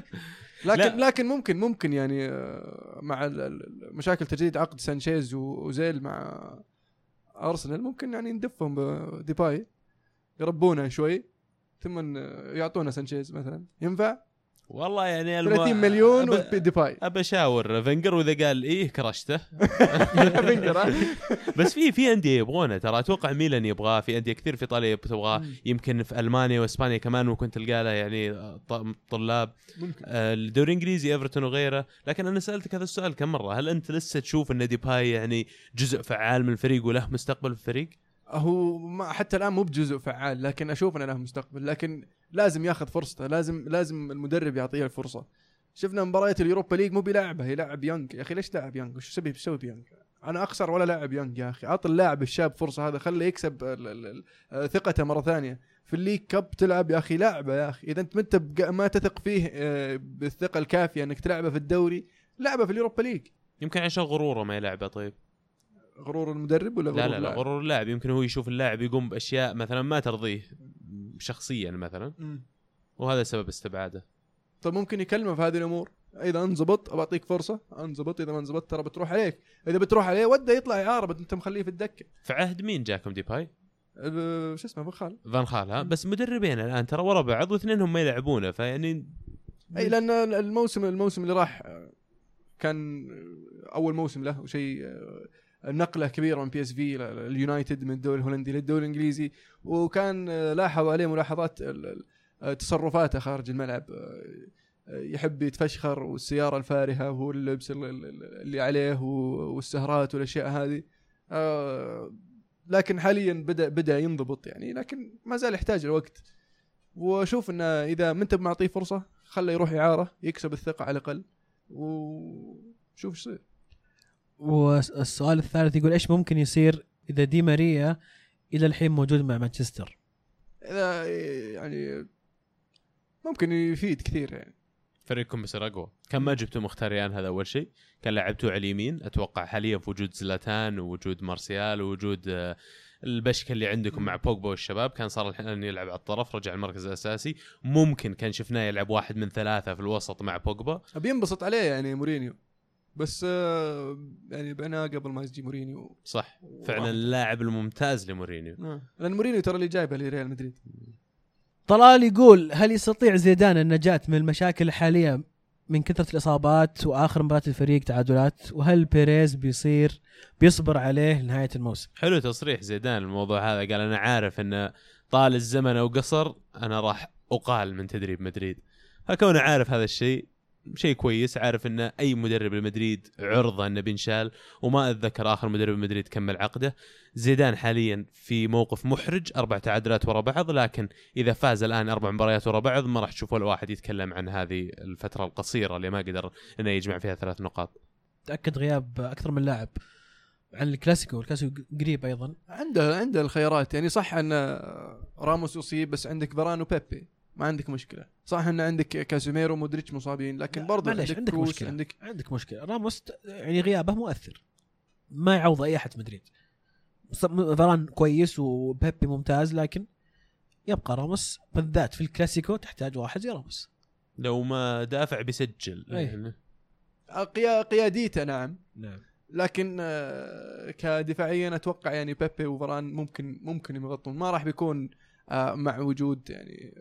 لكن ممكن يعني مع مشاكل تجديد عقد سانشيز وزيل مع أرسنال، ممكن يعني ندفهم بديباي، يربونه شوي ثم يعطونا سانشيز مثلا. ينفع والله يعني 30 مليون وديباي. ابى اشاور فينجر، واذا قال ايه كرشته. فينجر بس في انديه يبغونه ترى، اتوقع ميلان يبغاه، في انديه كثير في ايطاليا تبغاه، يمكن في المانيا واسبانيا كمان ممكن تلقى له يعني طلاب. الدوري الانجليزي ايفرتون وغيره. لكن انا سالتك هذا السؤال كم مره، هل انت لسه تشوف ان ديباي يعني جزء فعال من الفريق وله مستقبل في الفريق؟ هو ما حتى الان مو بجزء فعال، لكن اشوف انه له مستقبل، لكن لازم ياخذ فرصته، لازم المدرب يعطيه الفرصه. شفنا مباريات اليوروبا ليج مو بيلعبها، يلعب يونغ. يا اخي ليش لاعب يونغ؟ وش بيسوي بيونغ؟ انا اخسر ولا لاعب يونغ يا اخي؟ اعط اللاعب الشاب فرصه، هذا خليه يكسب ثقته مره ثانيه. في الليج كاب تلعب يا اخي، لعبه يا اخي. اذا انت ما تثق فيه بالثقه الكافيه انك تلعبه في الدوري، لعبه في اليوروبا ليج. يمكن عشان غروره ما يلعبه. طيب غرور المدرب ولا غرور لا غرور اللاعب. يمكن هو يشوف اللاعب يقوم باشياء مثلا ما ترضيه شخصيا مثلا، وهذا سبب استبعاده. طب ممكن يكلمه في هذه الامور، اذا انضبط بعطيك فرصه، انضبط، اذا ما انضبط ترى بتروح عليك. اذا بتروح عليه وده يطلع اعاره، انت مخليه في الدكه. في عهد مين جاكم ديباي؟ شو اسمه فان خال ها. بس مدربين الان ترى ورا بعض واثنينهم ما يلعبونه، فيعني اي لان الموسم اللي راح كان اول موسم له، وشيء نقله كبيره من PSV اليونايتد من الدوري الهولندي للدوري الانجليزي، وكان لاحظ عليه ملاحظات تصرفاته خارج الملعب. يحب يتفشخر، والسياره الفارهه واللبس اللي عليه والسهرات والاشياء هذه. لكن حاليا بدا ينضبط يعني، لكن ما زال يحتاج الوقت. واشوف انه اذا ما انت معطيه فرصه، خليه يروح اعاره يكسب الثقه على الاقل، وشوف ايش يصير. والسؤال الثالث يقول ايش ممكن يصير اذا دي ماريا الى الحين موجود مع مانشستر؟ اذا يعني ممكن يفيد كثير يعني. فريقكم بصير اقوى. كم ما جبتوا مختاريان، هذا اول شيء. كان لعبتوه على اليمين، اتوقع حاليا في وجود زلاتان ووجود مارسيال ووجود البشكه اللي عندكم مع بوجبا والشباب، كان صار الحين يلعب على الطرف، رجع المركز الاساسي. ممكن كان شفناه يلعب واحد من ثلاثه في الوسط مع بوجبا. بينبسط عليه يعني مورينيو، بس يعني بعناه قبل ما يجي مورينيو. صح فعلا اللاعب الممتاز لمورينيو. لان مورينيو ترى اللي جايبه لريال مدريد. طلال يقول هل يستطيع زيدان النجاة من المشاكل الحالية من كثرة الإصابات وآخر مباراة الفريق تعادلات، وهل بيريز بيصبر عليه لنهاية الموسم؟ حلو تصريح زيدان الموضوع هذا، قال أنا عارف أن طال الزمن أو قصر أنا راح أقال من تدريب مدريد. فكونه عارف هذا الشيء شيء كويس، عارف أن أي مدرب لمدريد عرضة أنه بينشال، وما أتذكر آخر مدرب مدريد كمل عقده. زيدان حاليا في موقف محرج، 4 تعادلات ورا بعض، لكن إذا فاز الآن 4 مباريات ورا بعض ما راح تشوفوا الواحد يتكلم عن هذه الفترة القصيرة اللي ما قدر أنه يجمع فيها 3 نقاط. تأكد غياب أكثر من لاعب عن الكلاسيكو قريب أيضا. عنده الخيارات، يعني صح أن راموس أصيب بس عندك فاران وبيبي ما عندك مشكلة. صح أن عندك كاسيميرو ومودريتش مصابين، لكن برضه عندك مشكلة. عندك مشكلة. راموس يعني غيابه مؤثر، ما يعوض أي أحد مدريد. فاران كويس وبيبي ممتاز، لكن يبقى راموس بالذات في الكلاسيكو تحتاج واحد زي راموس. لو ما دافع بيسجل قياديته. نعم لكن كدفاعيا اتوقع يعني بيبي وفاران ممكن يغطون. ما راح بيكون مع وجود يعني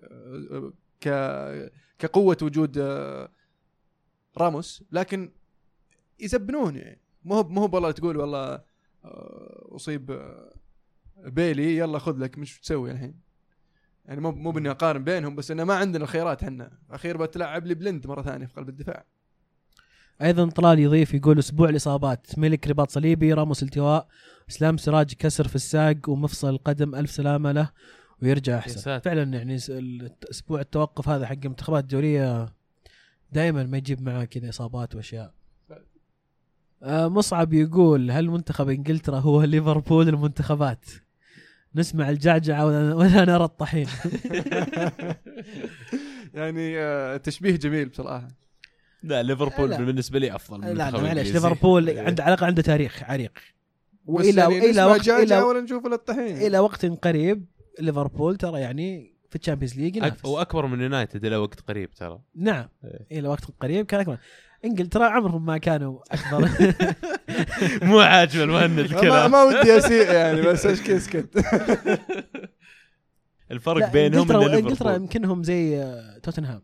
كقوة وجود راموس، لكن يزبنون يعني. مو والله تقول والله أصيب بيلي يلا خذ لك، مش تسوي الحين يعني. مو بني أقارن بينهم، بس إنه ما عندنا الخيارات. حنا أخير بتلعب لي بلند مرة ثانية في قلب الدفاع. أيضا طلال يضيف يقول أسبوع الإصابات، ملك رباط صليبي، راموس التواء، إسلام سراج كسر في الساق ومفصل القدم، ألف سلامة له ويرجع أحسن. فعلا يعني الأسبوع التوقف هذا حق المنتخبات الدولية دائما ما يجيب معاه كذا إصابات وأشياء. مصعب يقول هل منتخب إنجلترا هو ليفربول المنتخبات؟ نسمع الجعجعة ولا نرى الطحين. يعني تشبيه جميل بصراحة. لا ليفربول بالنسبة لي أفضل. لا معلش، ليفربول عنده علاقة، عنده تاريخ عريق، إلى وقت قريب ليفربول ترى يعني في الشامبيونز ليج ينافس، وأكبر من يونايتد إلى وقت قريب ترى. نعم إلى وقت قريب كان أكبر. إنجلترا عمرهم ما كانوا أكبر. مو عاجب المهند الكلام. ما ودي أسيء يعني، بس إيش كيسكت. الفرق بينهم إن إنجلترا يمكنهم زي توتنهام.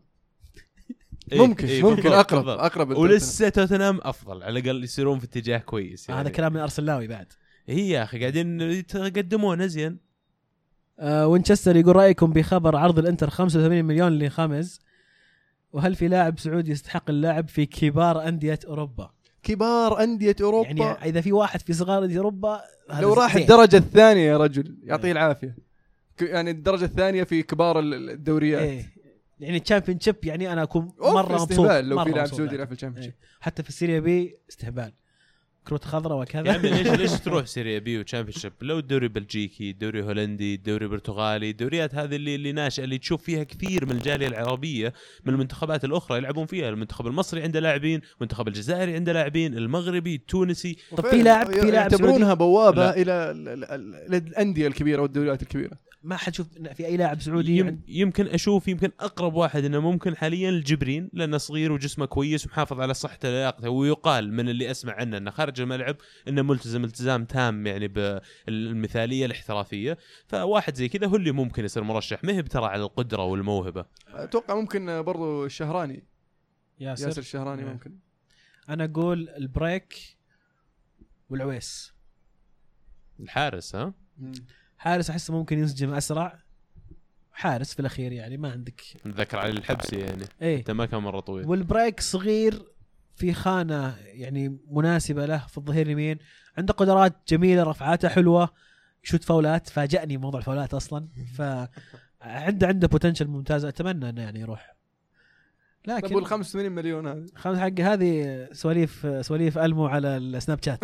ممكن أقرب ولسه توتنهام أفضل، على الأقل يصيرون في اتجاه كويس يعني. هذا كلام من أرسلاوي بعد. هي يا أخي قاعدين يتقدمون أزين. وينشستر يقول رأيكم بخبر عرض الانتر 85 مليون لخامز، وهل في لاعب سعودي يستحق اللعب في كبار أندية أوروبا؟ كبار أندية أوروبا يعني إذا في واحد في صغار أندية أوروبا لو راح الدرجة الثانية يا رجل يعطيه العافية. يعني الدرجة الثانية في كبار الدوريات يعني تشامبيونشيب، يعني أنا أكون مرة مبسوط لو في لاعب سعودي يلعب في التشامبيونشيب. حتى في السيريا بي استهبال، كروت خضراء وكذا. يعني ليش تروح سيريا بي وتشامبيونشيب؟ لو الدوري بلجيكي، الدوري هولندي، الدوري البرتغالي، الدوريات هذه اللي ناشئه، اللي تشوف فيها كثير من الجاليه العربيه من المنتخبات الاخرى يلعبون فيها. المنتخب المصري عنده لاعبين، المنتخب الجزائري عنده لاعبين، المغربي، التونسي. طب في لاعب يعتبرونها بوابه الى الانديه الكبيره والدوريات الكبيره. ما حد شوف في اي لاعب سعودي. يمكن اقرب واحد انه ممكن حاليا الجبرين، لانه صغير وجسمه كويس ومحافظ على صحته ولياقته، ويقال من اللي اسمع عنه انه خارج الملعب انه ملتزم التزام تام يعني بالمثاليه الاحترافيه. فواحد زي كذا هو اللي ممكن يصير مرشح، ما هي ترى على القدره والموهبه. اتوقع ممكن برضو الشهراني، ياسر الشهراني ممكن. انا اقول البريك والعويس. الحارس حارس احس ممكن ينسجم اسرع، حارس في الاخير يعني ما عندك نذكر على الحبسي يعني انت ما كان مره طويل. والبريك صغير في خانه يعني مناسبه له في الظهير اليمين، عنده قدرات جميله، رفعاته حلوه، شوت فاولات، فاجأني موضوع الفاولات اصلا، عنده بوتنشل ممتاز، اتمنى انه يعني يروح. لكن طب 85 مليون هذه خمس حق هذه سواليف ألمو على السناب شات.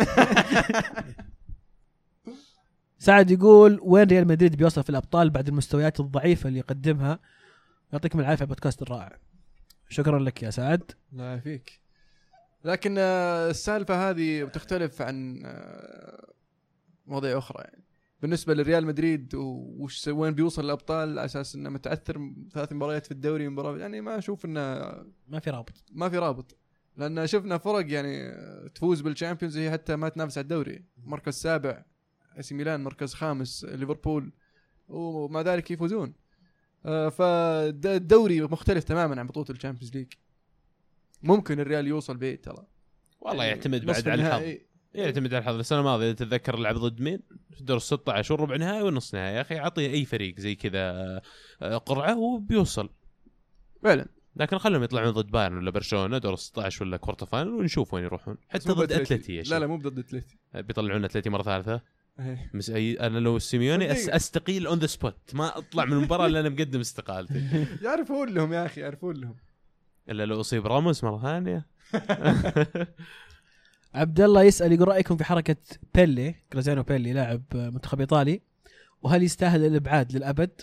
سعد يقول وين ريال مدريد بيوصل في الأبطال بعد المستويات الضعيفة اللي يقدمها؟ يعطيكم العافية بودكاست الرائع. شكرا لك يا سعد. لا يعافيك. لكن السالفة هذه بتختلف عن مواضيع أخرى يعني. بالنسبة لريال مدريد وين بيوصل الأبطال على أساس إنه متأثر 3 مباريات في الدوري مباراة، يعني ما أشوف إنه ما في رابط. ما في رابط. لان شفنا فرق يعني تفوز بالشامبيونز هي حتى ما تنافس على الدوري، مركز سابع AC ميلان، مركز خامس ليفربول، ومع ذلك يفوزون. فالدوري مختلف تماما عن بطولة الشامبيونز ليج. ممكن الريال يوصل بعيد ترى والله يعني يعتمد بعد على الحظ، يعتمد على الحظ. السنه الماضيه تتذكر لعب ضد مين في دور 16 والربع نهائي والنص نهائي، يا اخي اعطيه اي فريق زي كذا قرعه وبيوصل فعلا. لكن خلهم يطلعون ضد بايرن ولا برشلونه دور 16 ولا كوارتر فاينل ونشوف وين يروحون. حتى ضد اتلتي لا مو ضد اتلتي، بيطلعون اتلتي مره ثالثه. انا لو سيميوني استقيل اون ذا سبوت، ما اطلع من المباراه الا انا مقدم استقالتي. يعرفون لهم يا اخي، يعرفون لهم. الا لو اصيب راموس مره ثانيه. عبد الله يسأل يقول رأيكم في حركة بيلي، جرازيانو بيلي لاعب منتخب إيطالي، وهل يستاهل الإبعاد للأبد؟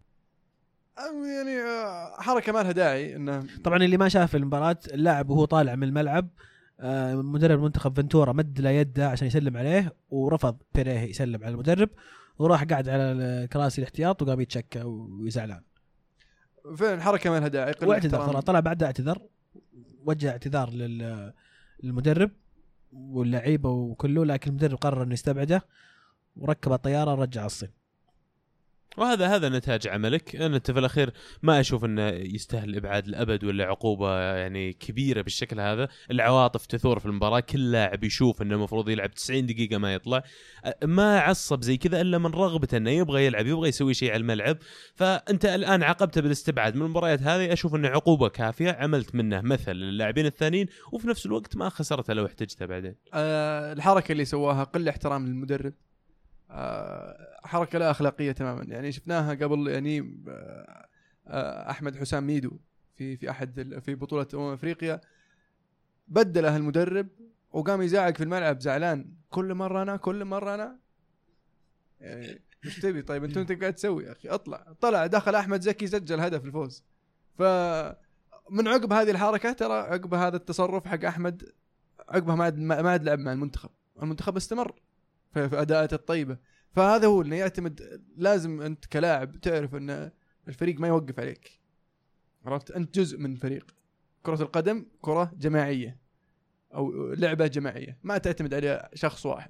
يعني حركة ما لها داعي. إنه طبعا اللي ما شاف المباراة، اللاعب وهو طالع من الملعب مدرب المنتخب فنتورا مد له يده عشان يسلم عليه، ورفض بيريه يسلم على المدرب، وراح قاعد على الكراسي الاحتياط وقام يتشكى ويزعلان. فعلا حركة ما لها داعي. واعتذر، طلع بعد اعتذر، وجه اعتذار للمدرب واللعيبه وكله، لكن المدرب قرر انه يستبعده وركب الطياره ورجع الصين. وهذا نتاج عملك. انت في الاخير ما اشوف انه يستاهل الابعاد الابد ولا عقوبه يعني كبيره بالشكل هذا. العواطف تثور في المباراه، كل لاعب يشوف انه المفروض يلعب 90 دقيقه ما يطلع، ما عصب زي كذا الا من رغبته انه يبغى يلعب، يبغى يسوي شيء على الملعب. فانت الان عاقبته بالاستبعاد من المباريات هذه، اشوف انه عقوبه كافيه، عملت منه مثل للاعبين الثانيين وفي نفس الوقت ما خسرته لو احتجته بعدين. الحركه اللي سواها قل احترام للمدرب، حركة لا أخلاقية تماما. يعني شفناها قبل يعني أحمد حسام ميدو في بطولة أفريقيا، بدله المدرب وقام يزعق في الملعب زعلان، كل مرة أنا يعني مش تبي؟ طيب أنت قاعد تسوي يا أخي؟ طلع دخل أحمد زكي سجل هدف الفوز. فمن عقب هذه الحركة ترى، عقب هذا التصرف حق أحمد، عقبها ما عاد لعب مع المنتخب استمر في أداءاته الطيبة. فهذا هو اللي يعتمد. لازم أنت كلاعب تعرف أن الفريق ما يوقف عليك، عرفت؟ أنت جزء من فريق. كرة القدم كرة جماعية أو لعبة جماعية، ما تعتمد على شخص واحد.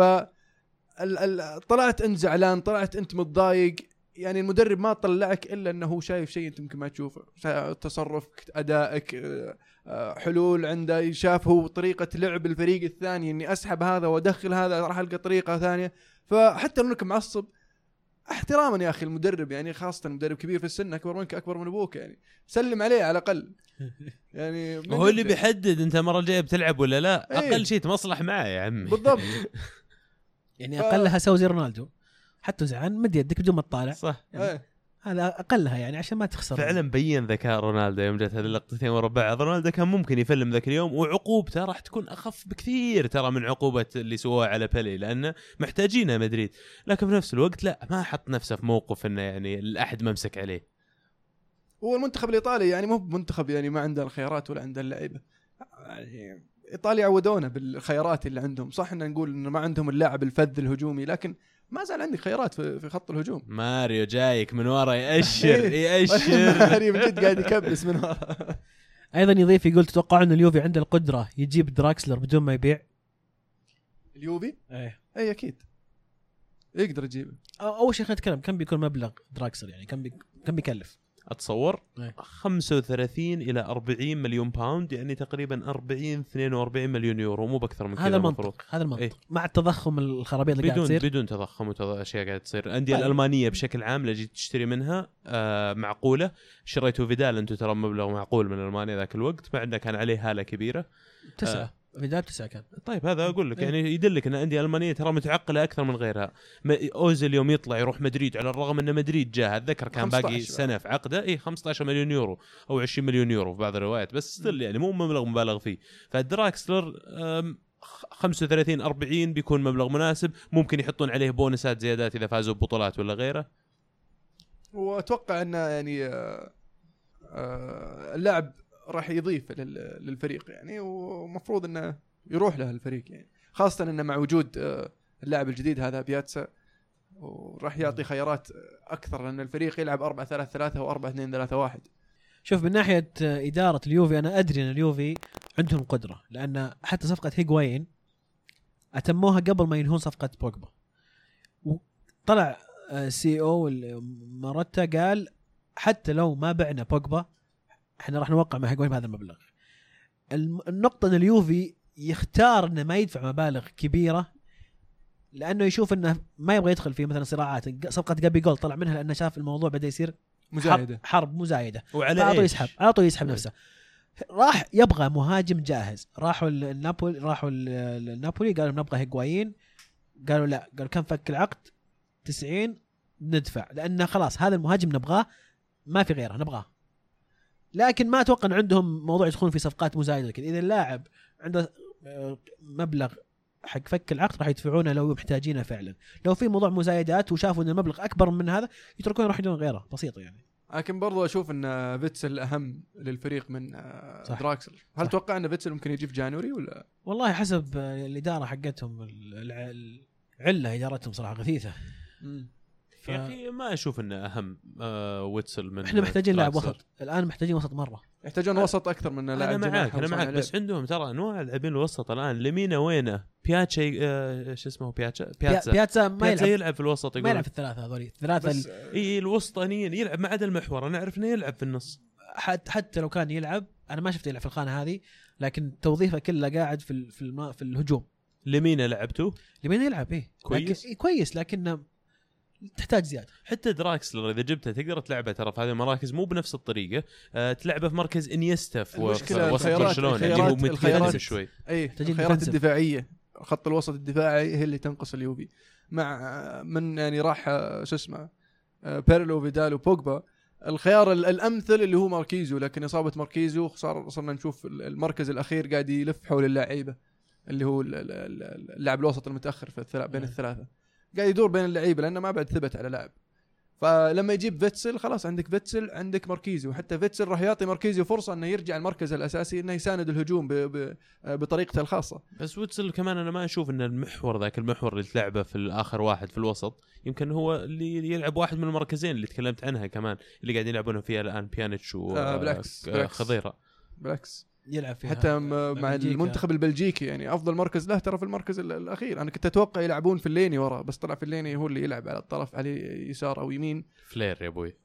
طلعت أنت زعلان، طلعت أنت متضايق، يعني المدرب ما طلعك إلا أنه شايف شيء أنت ممكن ما تشوفه، تصرفك، أدائك، حلول عنده، شاف هو طريقة لعب الفريق الثاني، إني أسحب هذا وأدخل هذا، راح ألقى طريقة ثانية. فحتى لو انك معصب، احتراما يا اخي المدرب، يعني خاصة مدرب كبير في السن، اكبر منك، اكبر من ابوك، يعني سلم عليه على الاقل. يعني هو اللي بيحدد انت المره الجايه بتلعب ولا لا. ايه؟ اقل شيء تمصلح معه يا عمي. بالضبط. يعني اقلها سوي زي رونالدو، حتى زعلان مد يدك بدون ما تطالع، صح يعني ايه. هذا اقلها يعني عشان ما تخسر. فعلا بين ذكاء رونالدو يوم جت هذه اللقطتين ورا بعض. رونالدو كان ممكن يفلم ذاك اليوم، وعقوبته راح تكون اخف بكثير ترى من عقوبه اللي سووها على بيلي، لانه محتاجينها مدريد. لكن في نفس الوقت لا، ما حط نفسه في موقف انه يعني الاحد ممسك عليه. هو المنتخب الايطالي يعني مو منتخب يعني ما عنده الخيارات ولا عنده اللعيبه. يعني ايطاليا عودونا بالخيارات اللي عندهم. صح ان نقول انه ما عندهم اللاعب الفذ الهجومي، لكن ما زال عندك خيارات في خط الهجوم. ماريو جايك من ورا يأشر. ماريو من جد قاعد يكبس من ورا. ايضا يضيف يقول تتوقع ان اليوفي عنده القدره يجيب دراكسلر بدون ما يبيع؟ اليوفي اي اكيد يقدر يجيبه. اول شيء خلينا نتكلم كم بيكون مبلغ دراكسلر، يعني كم بيكلف؟ اتصور 35 الى 40 مليون باوند، يعني تقريبا 42 مليون يورو، مو باكثر من كذا. هذا المنطق، هذا المنطق. إيه؟ مع التضخم الخرابيط اللي قاعد تصير، بدون تضخم واشياء قاعده تصير. الانديه الالمانيه بشكل عام اللي جيت تشتري منها معقوله. شريتوا فيدال انتم ترى مبلغ معقول من المانيا ذاك الوقت، مع انه كان عليه هاله كبيره. 9 فيدال 9 كان. طيب هذا اقول لك يعني يدلك ان الانديه الالمانيه ترى متعقله اكثر من غيرها. اوزيل يوم يطلع يروح مدريد، على الرغم ان مدريد جاء اتذكر كان باقي سنه في عقده، 15 مليون يورو او 20 مليون يورو في بعض الروايات، بس ستيل يعني مو مبلغ مبالغ فيه. فالدراكسلر 35 40 بيكون مبلغ مناسب، ممكن يحطون عليه بونسات زيادات اذا فازوا ببطولات ولا غيره. واتوقع ان يعني اللاعب راح يضيف للفريق يعني، ومفروض انه يروح له الفريق يعني، خاصة انه مع وجود اللاعب الجديد هذا بياتسا، وراح يعطي خيارات اكثر، لان الفريق يلعب 4-3-3 و 4-2-3-1. شوف من ناحية إدارة اليوفي، أنا أدري أن اليوفي عندهم قدره، لان حتى صفقه هيغوايين اتموها قبل ما ينهون صفقه بوجبا. وطلع سي او ماروتا قال حتى لو ما بعنا بوجبا احنا راح نوقع مع هيغوايين بهذا المبلغ. النقطه ان اليوفي يختار انه ما يدفع مبالغ كبيره لانه يشوف انه ما يبغى يدخل في مثلا صراعات. صفقه جابي جول طلع منها لانه شاف الموضوع بدا يصير مزايده، حرب مزايده، وعلى على طول يسحب نفسه. راح يبغى مهاجم جاهز. راحوا النابولي قالوا نبغى هيغوايين، قالوا لا، قالوا كم فك العقد 90 ندفع لأنه خلاص هذا المهاجم نبغاه ما في غيره نبغاه. لكن ما أتوقع أن عندهم موضوع يدخلون في صفقات مزايدة كذا. إذا اللاعب عنده مبلغ حق فك العقد راح يدفعونه لو محتاجينه فعلا. لو في موضوع مزايدات وشافوا أن المبلغ أكبر من هذا يتركون يروح يدون غيره بسيطة يعني. لكن برضو أشوف أن فيتسل أهم للفريق من دراكسل. هل توقع أن فيتسل ممكن يجي في جانوري ولا؟ والله حسب الإدارة حقتهم العلة إدارتهم صراحة غثيثة. يا أخي ما أشوف أنه أهم ويتسل من إحنا محتاجين لاعب وسط الآن، محتاجين وسط مرة، يحتاجون وسط أكثر من لاعب جناح. أنا معك بس عندهم ترى أنواع لاعبين الوسط الآن. لمينا وينه بياتشا شو اسمه بياتزا ما يلعب في الوسط، ما يلعب في الثلاثة هذولي الثلاثة الوسطانيين يلعب ما عدا المحور. أنا أعرف إنه يلعب في النص. حتى لو كان يلعب أنا ما شفته يلعب في الخانة هذه، لكن توظيفه كله قاعد في الهجوم. لمينا لعبته لمينا يلعب إيه كويس لكن تحتاج زيادة. حتى دراكسلر إذا جبته تقدر تلعبه ترى في هذه المراكز مو بنفس الطريقة. تلعبه في مركز إنيستا في وسط برشلونة اللي هو متكلف شوي. الخيارات الدفاعية، خط الوسط الدفاعي هي اللي تنقص اليوفي مع من يعني راح شو اسمه بيرلو فيدال وبوجبا. الخيار الأمثل اللي هو ماركيزو، لكن إصابة ماركيزو صرنا نشوف المركز الأخير قاعد يلف حول اللاعيبة اللي هو اللاعب الوسط المتأخر في بين الثلاثة، قاعد يدور بين اللعيبه لانه ما بعد ثبت على لاعب. فلما يجيب فيتسل خلاص عندك فيتسل عندك ماركيزيو. حتى فيتسل راح يعطي ماركيزيو فرصه انه يرجع المركز الاساسي، انه يساند الهجوم بطريقته الخاصه. بس فيتسل كمان انا ما اشوف ان المحور ذاك المحور اللي تلعبه في الاخر واحد في الوسط يمكن هو اللي يلعب واحد من المركزين اللي تكلمت عنها كمان اللي قاعدين يلعبونها فيها الان بيانيتش وخضيره. بالعكس يلعب فيها حتى مع المنتخب البلجيكي يعني افضل مركز له ترى في المركز الاخير. انا كنت اتوقع يلعبون في الليني ورا، بس طلع في الليني هو اللي يلعب على الطرف على يسار او يمين فلير يا ابوي.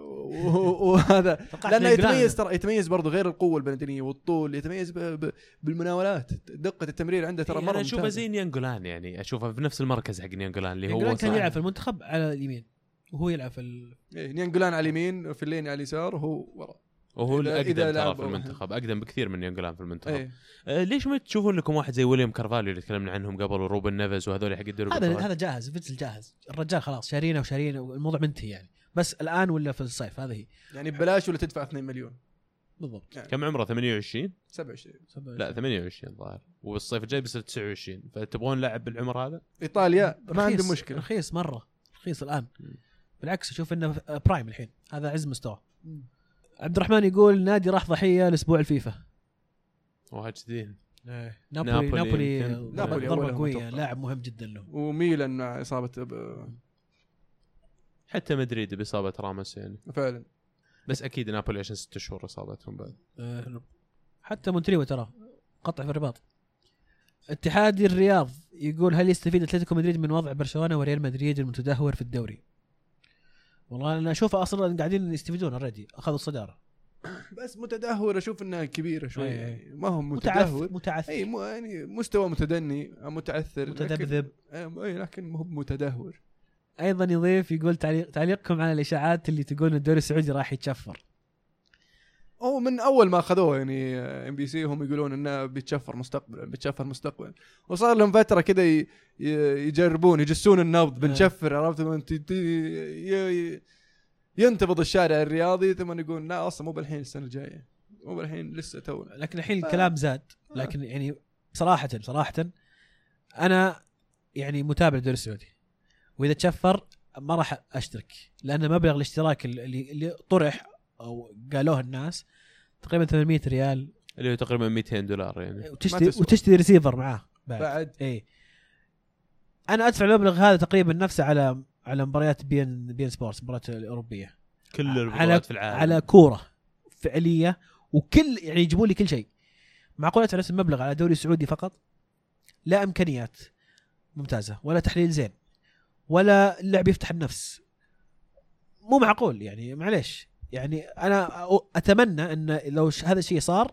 وهذا لانه يتميز برضو غير القوه البدنيه والطول، يتميز بالمناولات، دقه التمرير عنده ترى مره. انا اشوفه زي نيانجولان، يعني اشوفه في نفس المركز حق نيانجولان اللي هو كان يلعب في المنتخب على اليمين وهو يلعب في نيانجولان على اليمين وفي الليني على اليسار وهو ورا. وهو الأقدم ترى في المنتخب، أقدم بكثير من يانجولان في المنتخب. ليش ما تشوفون لكم واحد زي ويليام كارفاليو اللي تكلمنا عنهم قبل وروبن نيفز وهذول حق الدوري؟ هذا جاهز، فيتسل جاهز، الرجال خلاص شارينه والموضوع منتهي يعني. بس الآن ولا في الصيف هذه هي يعني ببلاش ولا تدفع 2 مليون بالضبط يعني. كم عمره 28 27 لا 28 ظاهر، والصيف الجاي بيصير 29. فتبغون لاعب بالعمر هذا؟ إيطاليا ما عنده مشكلة، رخيص مرة رخيص الآن. بالعكس أشوف إنه برايم الحين، هذا عز مستوى. عبد الرحمن يقول نادي راح ضحية لأسبوع الفيفا. واجدين نابولي ضربة قوية، لاعب مهم جدا له. وميلان مع إصابة حتى مدريد بإصابة راموس يعني فعلا. بس أكيد نابولي عشان 6 شهور إصابتهم بعد. حتى مونتريو ترى قطع في الرباط. اتحادي الرياض يقول هل يستفيد أتلتيكو مدريد من وضع برشلونة وريال مدريد المتدهور في الدوري؟ والله أنا أشوف أصلا قاعدين يستفيدون الردي، أخذوا الصدارة. بس متدهور أشوف إنها كبيرة شوي يعني. ما هم متدهور متعثر يعني مستوى متدني متعثر متذبذب لكن مو متدهور. أيضا يضيف يقول تعليقكم على الإشاعات اللي تقول إن الدوري السعودي راح يتشفر. أو من أول ما أخذوه يعني MBC هم يقولون إنه بيتشفر مستقبلا وصار لهم فترة كده يجربون يجسون النبض بنشفر، عرفت أنت ينتبض الشارع الرياضي ثم يقول لا أصلا مو بالحين، السنة الجاية مو بالحين، لسه تونا. لكن الحين الكلام زاد. لكن يعني صراحة أنا يعني متابع الدوري السعودي، وإذا تشفر ما راح أشترك، لأن مبلغ الاشتراك اللي طرح أو قالوه الناس تقريبا 800 ريال اللي هو تقريبا $200 يعني، وتشتري ريسيفر معاه بعد. إيه أنا أدفع المبلغ هذا تقريبا نفسه على مباريات بين سبورتس، مباريات الأوروبية، كل المباريات في العالم، على كورة فعلية، وكل يعني يجيبوا لي كل شيء. معقول ادفع نفس المبلغ على دوري سعودي فقط؟ لا امكانيات ممتازه ولا تحليل زين ولا اللعب يفتح النفس. مو معقول يعني، معليش يعني. انا اتمنى ان لو هذا الشيء صار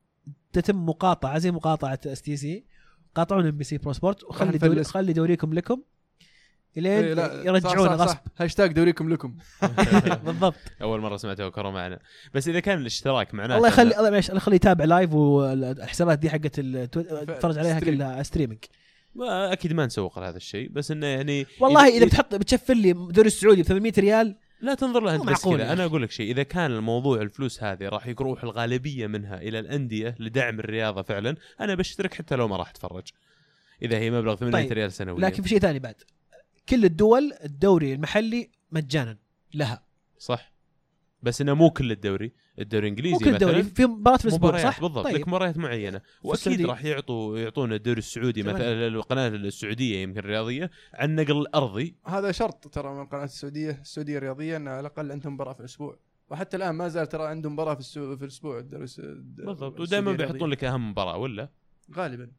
تتم مقاطعه زي مقاطعه STC، قاطعون MBC برو سبورت وخلي دوريكم لكم الين يرجعون غصب. هاشتاج دوريكم لكم. بالضبط. اول مره سمعتها وكروا معنا. بس اذا كان الاشتراك معناته الله يخلي يتابع لايف، والحسابات دي حقت تفرج عليها كلها ستريمينج. اكيد ما نسوق لهذا الشيء، بس انه يعني والله اذا بتشفل لي دوري السعودي ب 800 ريال لا تنظر له انت. بس كذا يعني. انا اقول لك شيء، اذا كان الموضوع الفلوس هذه راح يروح الغالبيه منها الى الانديه لدعم الرياضه فعلا، انا بشترك حتى لو ما راح اتفرج اذا هي مبلغ 800 ريال سنويا. لكن في شيء ثاني بعد، كل الدول الدوري المحلي مجانا لها، صح؟ بس انه مو كل الدوري مو الانجليزي كل الدوري في مباراه في الاسبوع، صح؟ بالضبط. طيب. لك مباريات معينه، واكيد راح يعطون الدوري السعودي مثلا القناه السعوديه يمكن الرياضيه عن نقل الارضي. هذا شرط ترى من القناه السعوديه الرياضيه ان على الاقل عندهم مباراه في الاسبوع، وحتى الان ما زال ترى عندهم مباراه في الاسبوع الدوري بالضبط. ودائما بيحطون لك اهم مباراه ولا غالبا.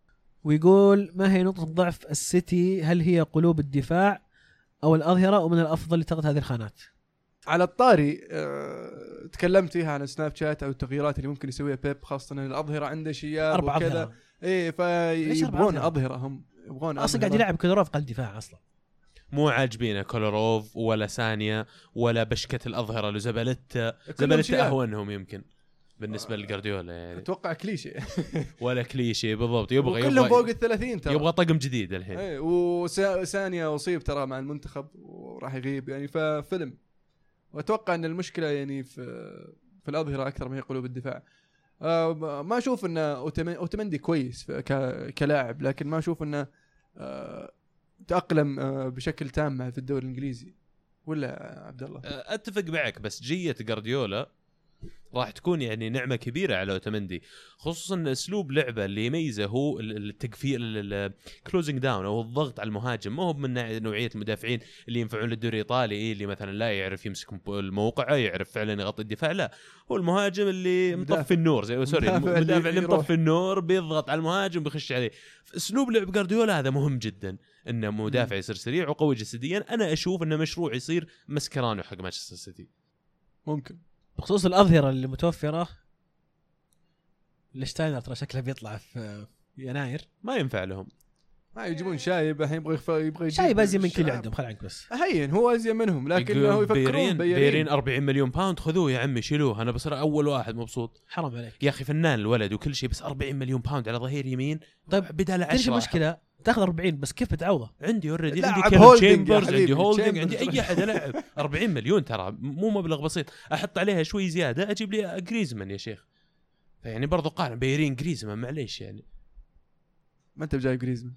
ويقول ما هي نقطه ضعف السيتي؟ هل هي قلوب الدفاع او الاظهره؟ ومن الافضل لتغطي هذه الخانات. على الطاري تكلمت فيها عن سناب شات او التغييرات اللي ممكن يسويها بيب، خاصه ان الاظهره عنده شياب وكذا. ايه فيبغون اظهره، هم يبغون اصلا قاعد يلعب كولوروف قلب دفاع اصلا. مو عاجبينه كولوروف ولا ثانيه ولا بشكه الاظهره لزبالتا اهونهم يمكن بالنسبه لجارديولا يعني. اتوقع كليشيه ولا كليشيه بالضبط. يبغى كلهم فوق ال30 ترى، يبغى طقم جديد الحين. ايه وثانيه اصيب ترى مع المنتخب وراح يغيب يعني، ففيلم. واتوقع ان المشكله يعني في الاظهره اكثر من قلوب الدفاع. ما اشوف ان اوتمندي كويس كلاعب، لكن ما اشوف انه تأقلم بشكل تام في الدوري الانجليزي. ولا عبد الله؟ اتفق معك، بس جيه جارديولا راح تكون يعني نعمه كبيره على اوتمندي، خصوصا اسلوب لعبه اللي يميزه هو التقفيل الكلوزنج داون او الضغط على المهاجم. ما هو من نوعيه المدافعين اللي ينفعون للدوري الايطالي اللي مثلا لا يعرف يمسك الموقع، يعرف فعلا يغطي الدفاع. لا، هو المهاجم اللي مطفي النور المدافع اللي مطفي النور بيضغط على المهاجم بيخش عليه. اسلوب لعب جارديولا هذا مهم جدا، انه مدافع يصير سريع وقوي جسديا. انا اشوف انه مشروع يصير مسكرانو حق مانشستر سيتي ممكن. بخصوص الأظهرة اللي متوفرة، لشتاينر ترى شكله بيطلع في يناير، ما ينفع لهم. ما يجيبون شايب الحين، يبغى شايب ازين من كل عندهم، خل عنك بس. هين هو ازين منهم، لكنه يفكرون بيرين 40 مليون باوند، خذوه يا عمي شيلوه، انا بصير اول واحد مبسوط. حرام عليك يا اخي، فنان الولد وكل شيء، بس 40 مليون باوند على ظهير يمين. طيب بدال 10. ايش المشكله تاخذ 40 بس كيف بتعوضه؟ عندي اوريدي، عندي كيفن تشامبرز، عندي هولدنج، عندي اي احد العب. 40 مليون ترى مو مبلغ بسيط، احط عليها شوي زياده اجيب لي جريزمان يا شيخ. يعني برضو قارن بيرين جريزمان، معليش يعني ما انت بجايب جريزمان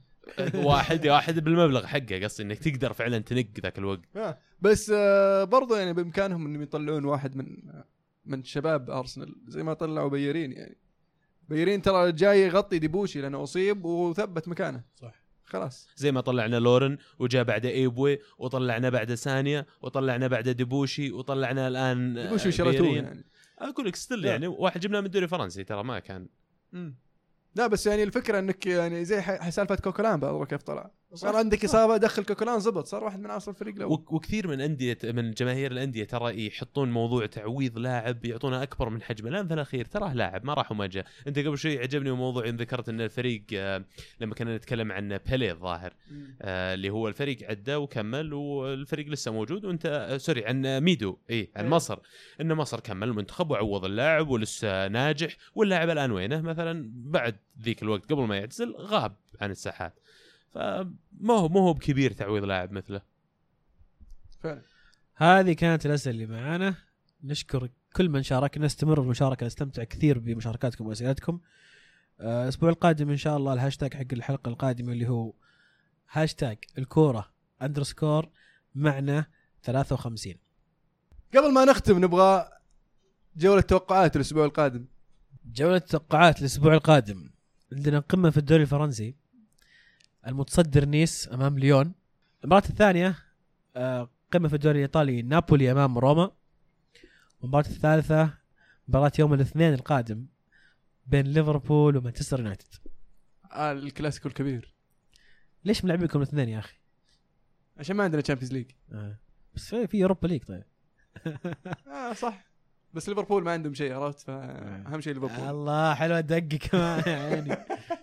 واحد بالمبلغ حقه، قصدي انك تقدر فعلا تنق ذاك الوقت. بس برضو يعني بامكانهم انهم يطلعون واحد من شباب ارسنال زي ما طلعوا بيرين. يعني بيرين ترى جاي يغطي ديبوشي لانه اصيب وثبت مكانه، صح خلاص. زي ما طلعنا لورن وجاء بعد ايبوي، وطلعنا بعد ثانيه، وطلعنا بعد ديبوشي، وطلعنا الان ديبوشي شرتوه. يعني اقول لك ستيل يعني واحد جبناه من الدوري الفرنسي ترى ما كان. لا بس يعني الفكره انك يعني زي سالفه كوكولان بقى كيف طلع، صار عندك اصابه دخل كوكولان زبط، صار واحد من عناصر الفريق الاول. وكثير من انديه من جماهير الانديه ترى يحطون موضوع تعويض لاعب يعطونه اكبر من حجمه. الان في الاخير ترى لاعب ما راح وما جاء. انت قبل شوي عجبني موضوع ان ذكرت ان الفريق لما كنا نتكلم عن بيلي الظاهر اللي هو الفريق عدى وكمل والفريق لسه موجود، وانت سوري عن ميدو عن مصر، ان مصر كمل المنتخب وعوض اللاعب ولسه ناجح، واللاعب الان وينه مثلا بعد ذيك الوقت قبل ما يعتزل غاب عن الساحات. فما هو بكبير تعويض لاعب مثله فعلا. هذه كانت الأسئلة اللي معانا. نشكر كل من شارك، نستمر بالمشاركة، نستمتع كثير بمشاركاتكم وأسئلتكم. الأسبوع القادم إن شاء الله الهاشتاج حق الحلقة القادمة اللي هو هاشتاج الكورة _ معنا 53. قبل ما نختم نبغى جولة توقعات الأسبوع القادم. جولة توقعات الأسبوع القادم عندنا قمة في الدوري الفرنسي، المتصدر نيس أمام ليون. المباراة الثانية قمة في الدوري الإيطالي، نابولي أمام روما. والمباراة الثالثة مباراة يوم الاثنين القادم، بين ليفربول ومانشستر يونايتد. الكلاسيكو الكبير. ليش ملعبينكم الاثنين يا اخي؟ عشان ما عندنا تشامبيونز ليج. بس في اوروبا ليج. طيب صح، بس ليفربول ما عندهم شيء، عرفت؟ فاهم شيء ليفربول. الله حلوه دقه كمان يا عيني.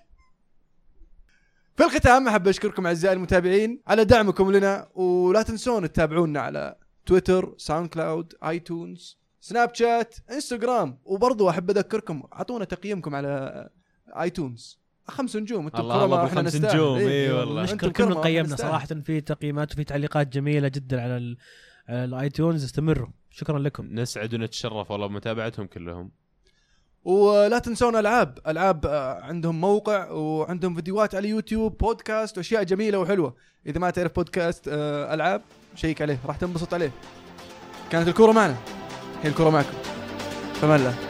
في الختام احب اشكركم اعزائي المتابعين على دعمكم لنا، ولا تنسون تتابعونا على تويتر، ساوند كلاود، ايتونز، سناب شات، انستغرام. وبرضو احب اذكركم اعطونا تقييمكم على ايتونز 5 نجوم. انتم كرماء واحنا نستاهل. اي والله نشكر كل من قيمنا صراحه، في تقييمات وفي تعليقات جميله جدا على الايتونز. استمروا، شكرا لكم. نسعد ونتشرف والله بمتابعتهم كلهم. ولا تنسون العاب عندهم موقع وعندهم فيديوهات على يوتيوب، بودكاست واشياء جميله وحلوه. اذا ما تعرف بودكاست العاب شيك عليه، راح تنبسط عليه. كانت الكوره معنا، هي الكوره معكم. فمان الله.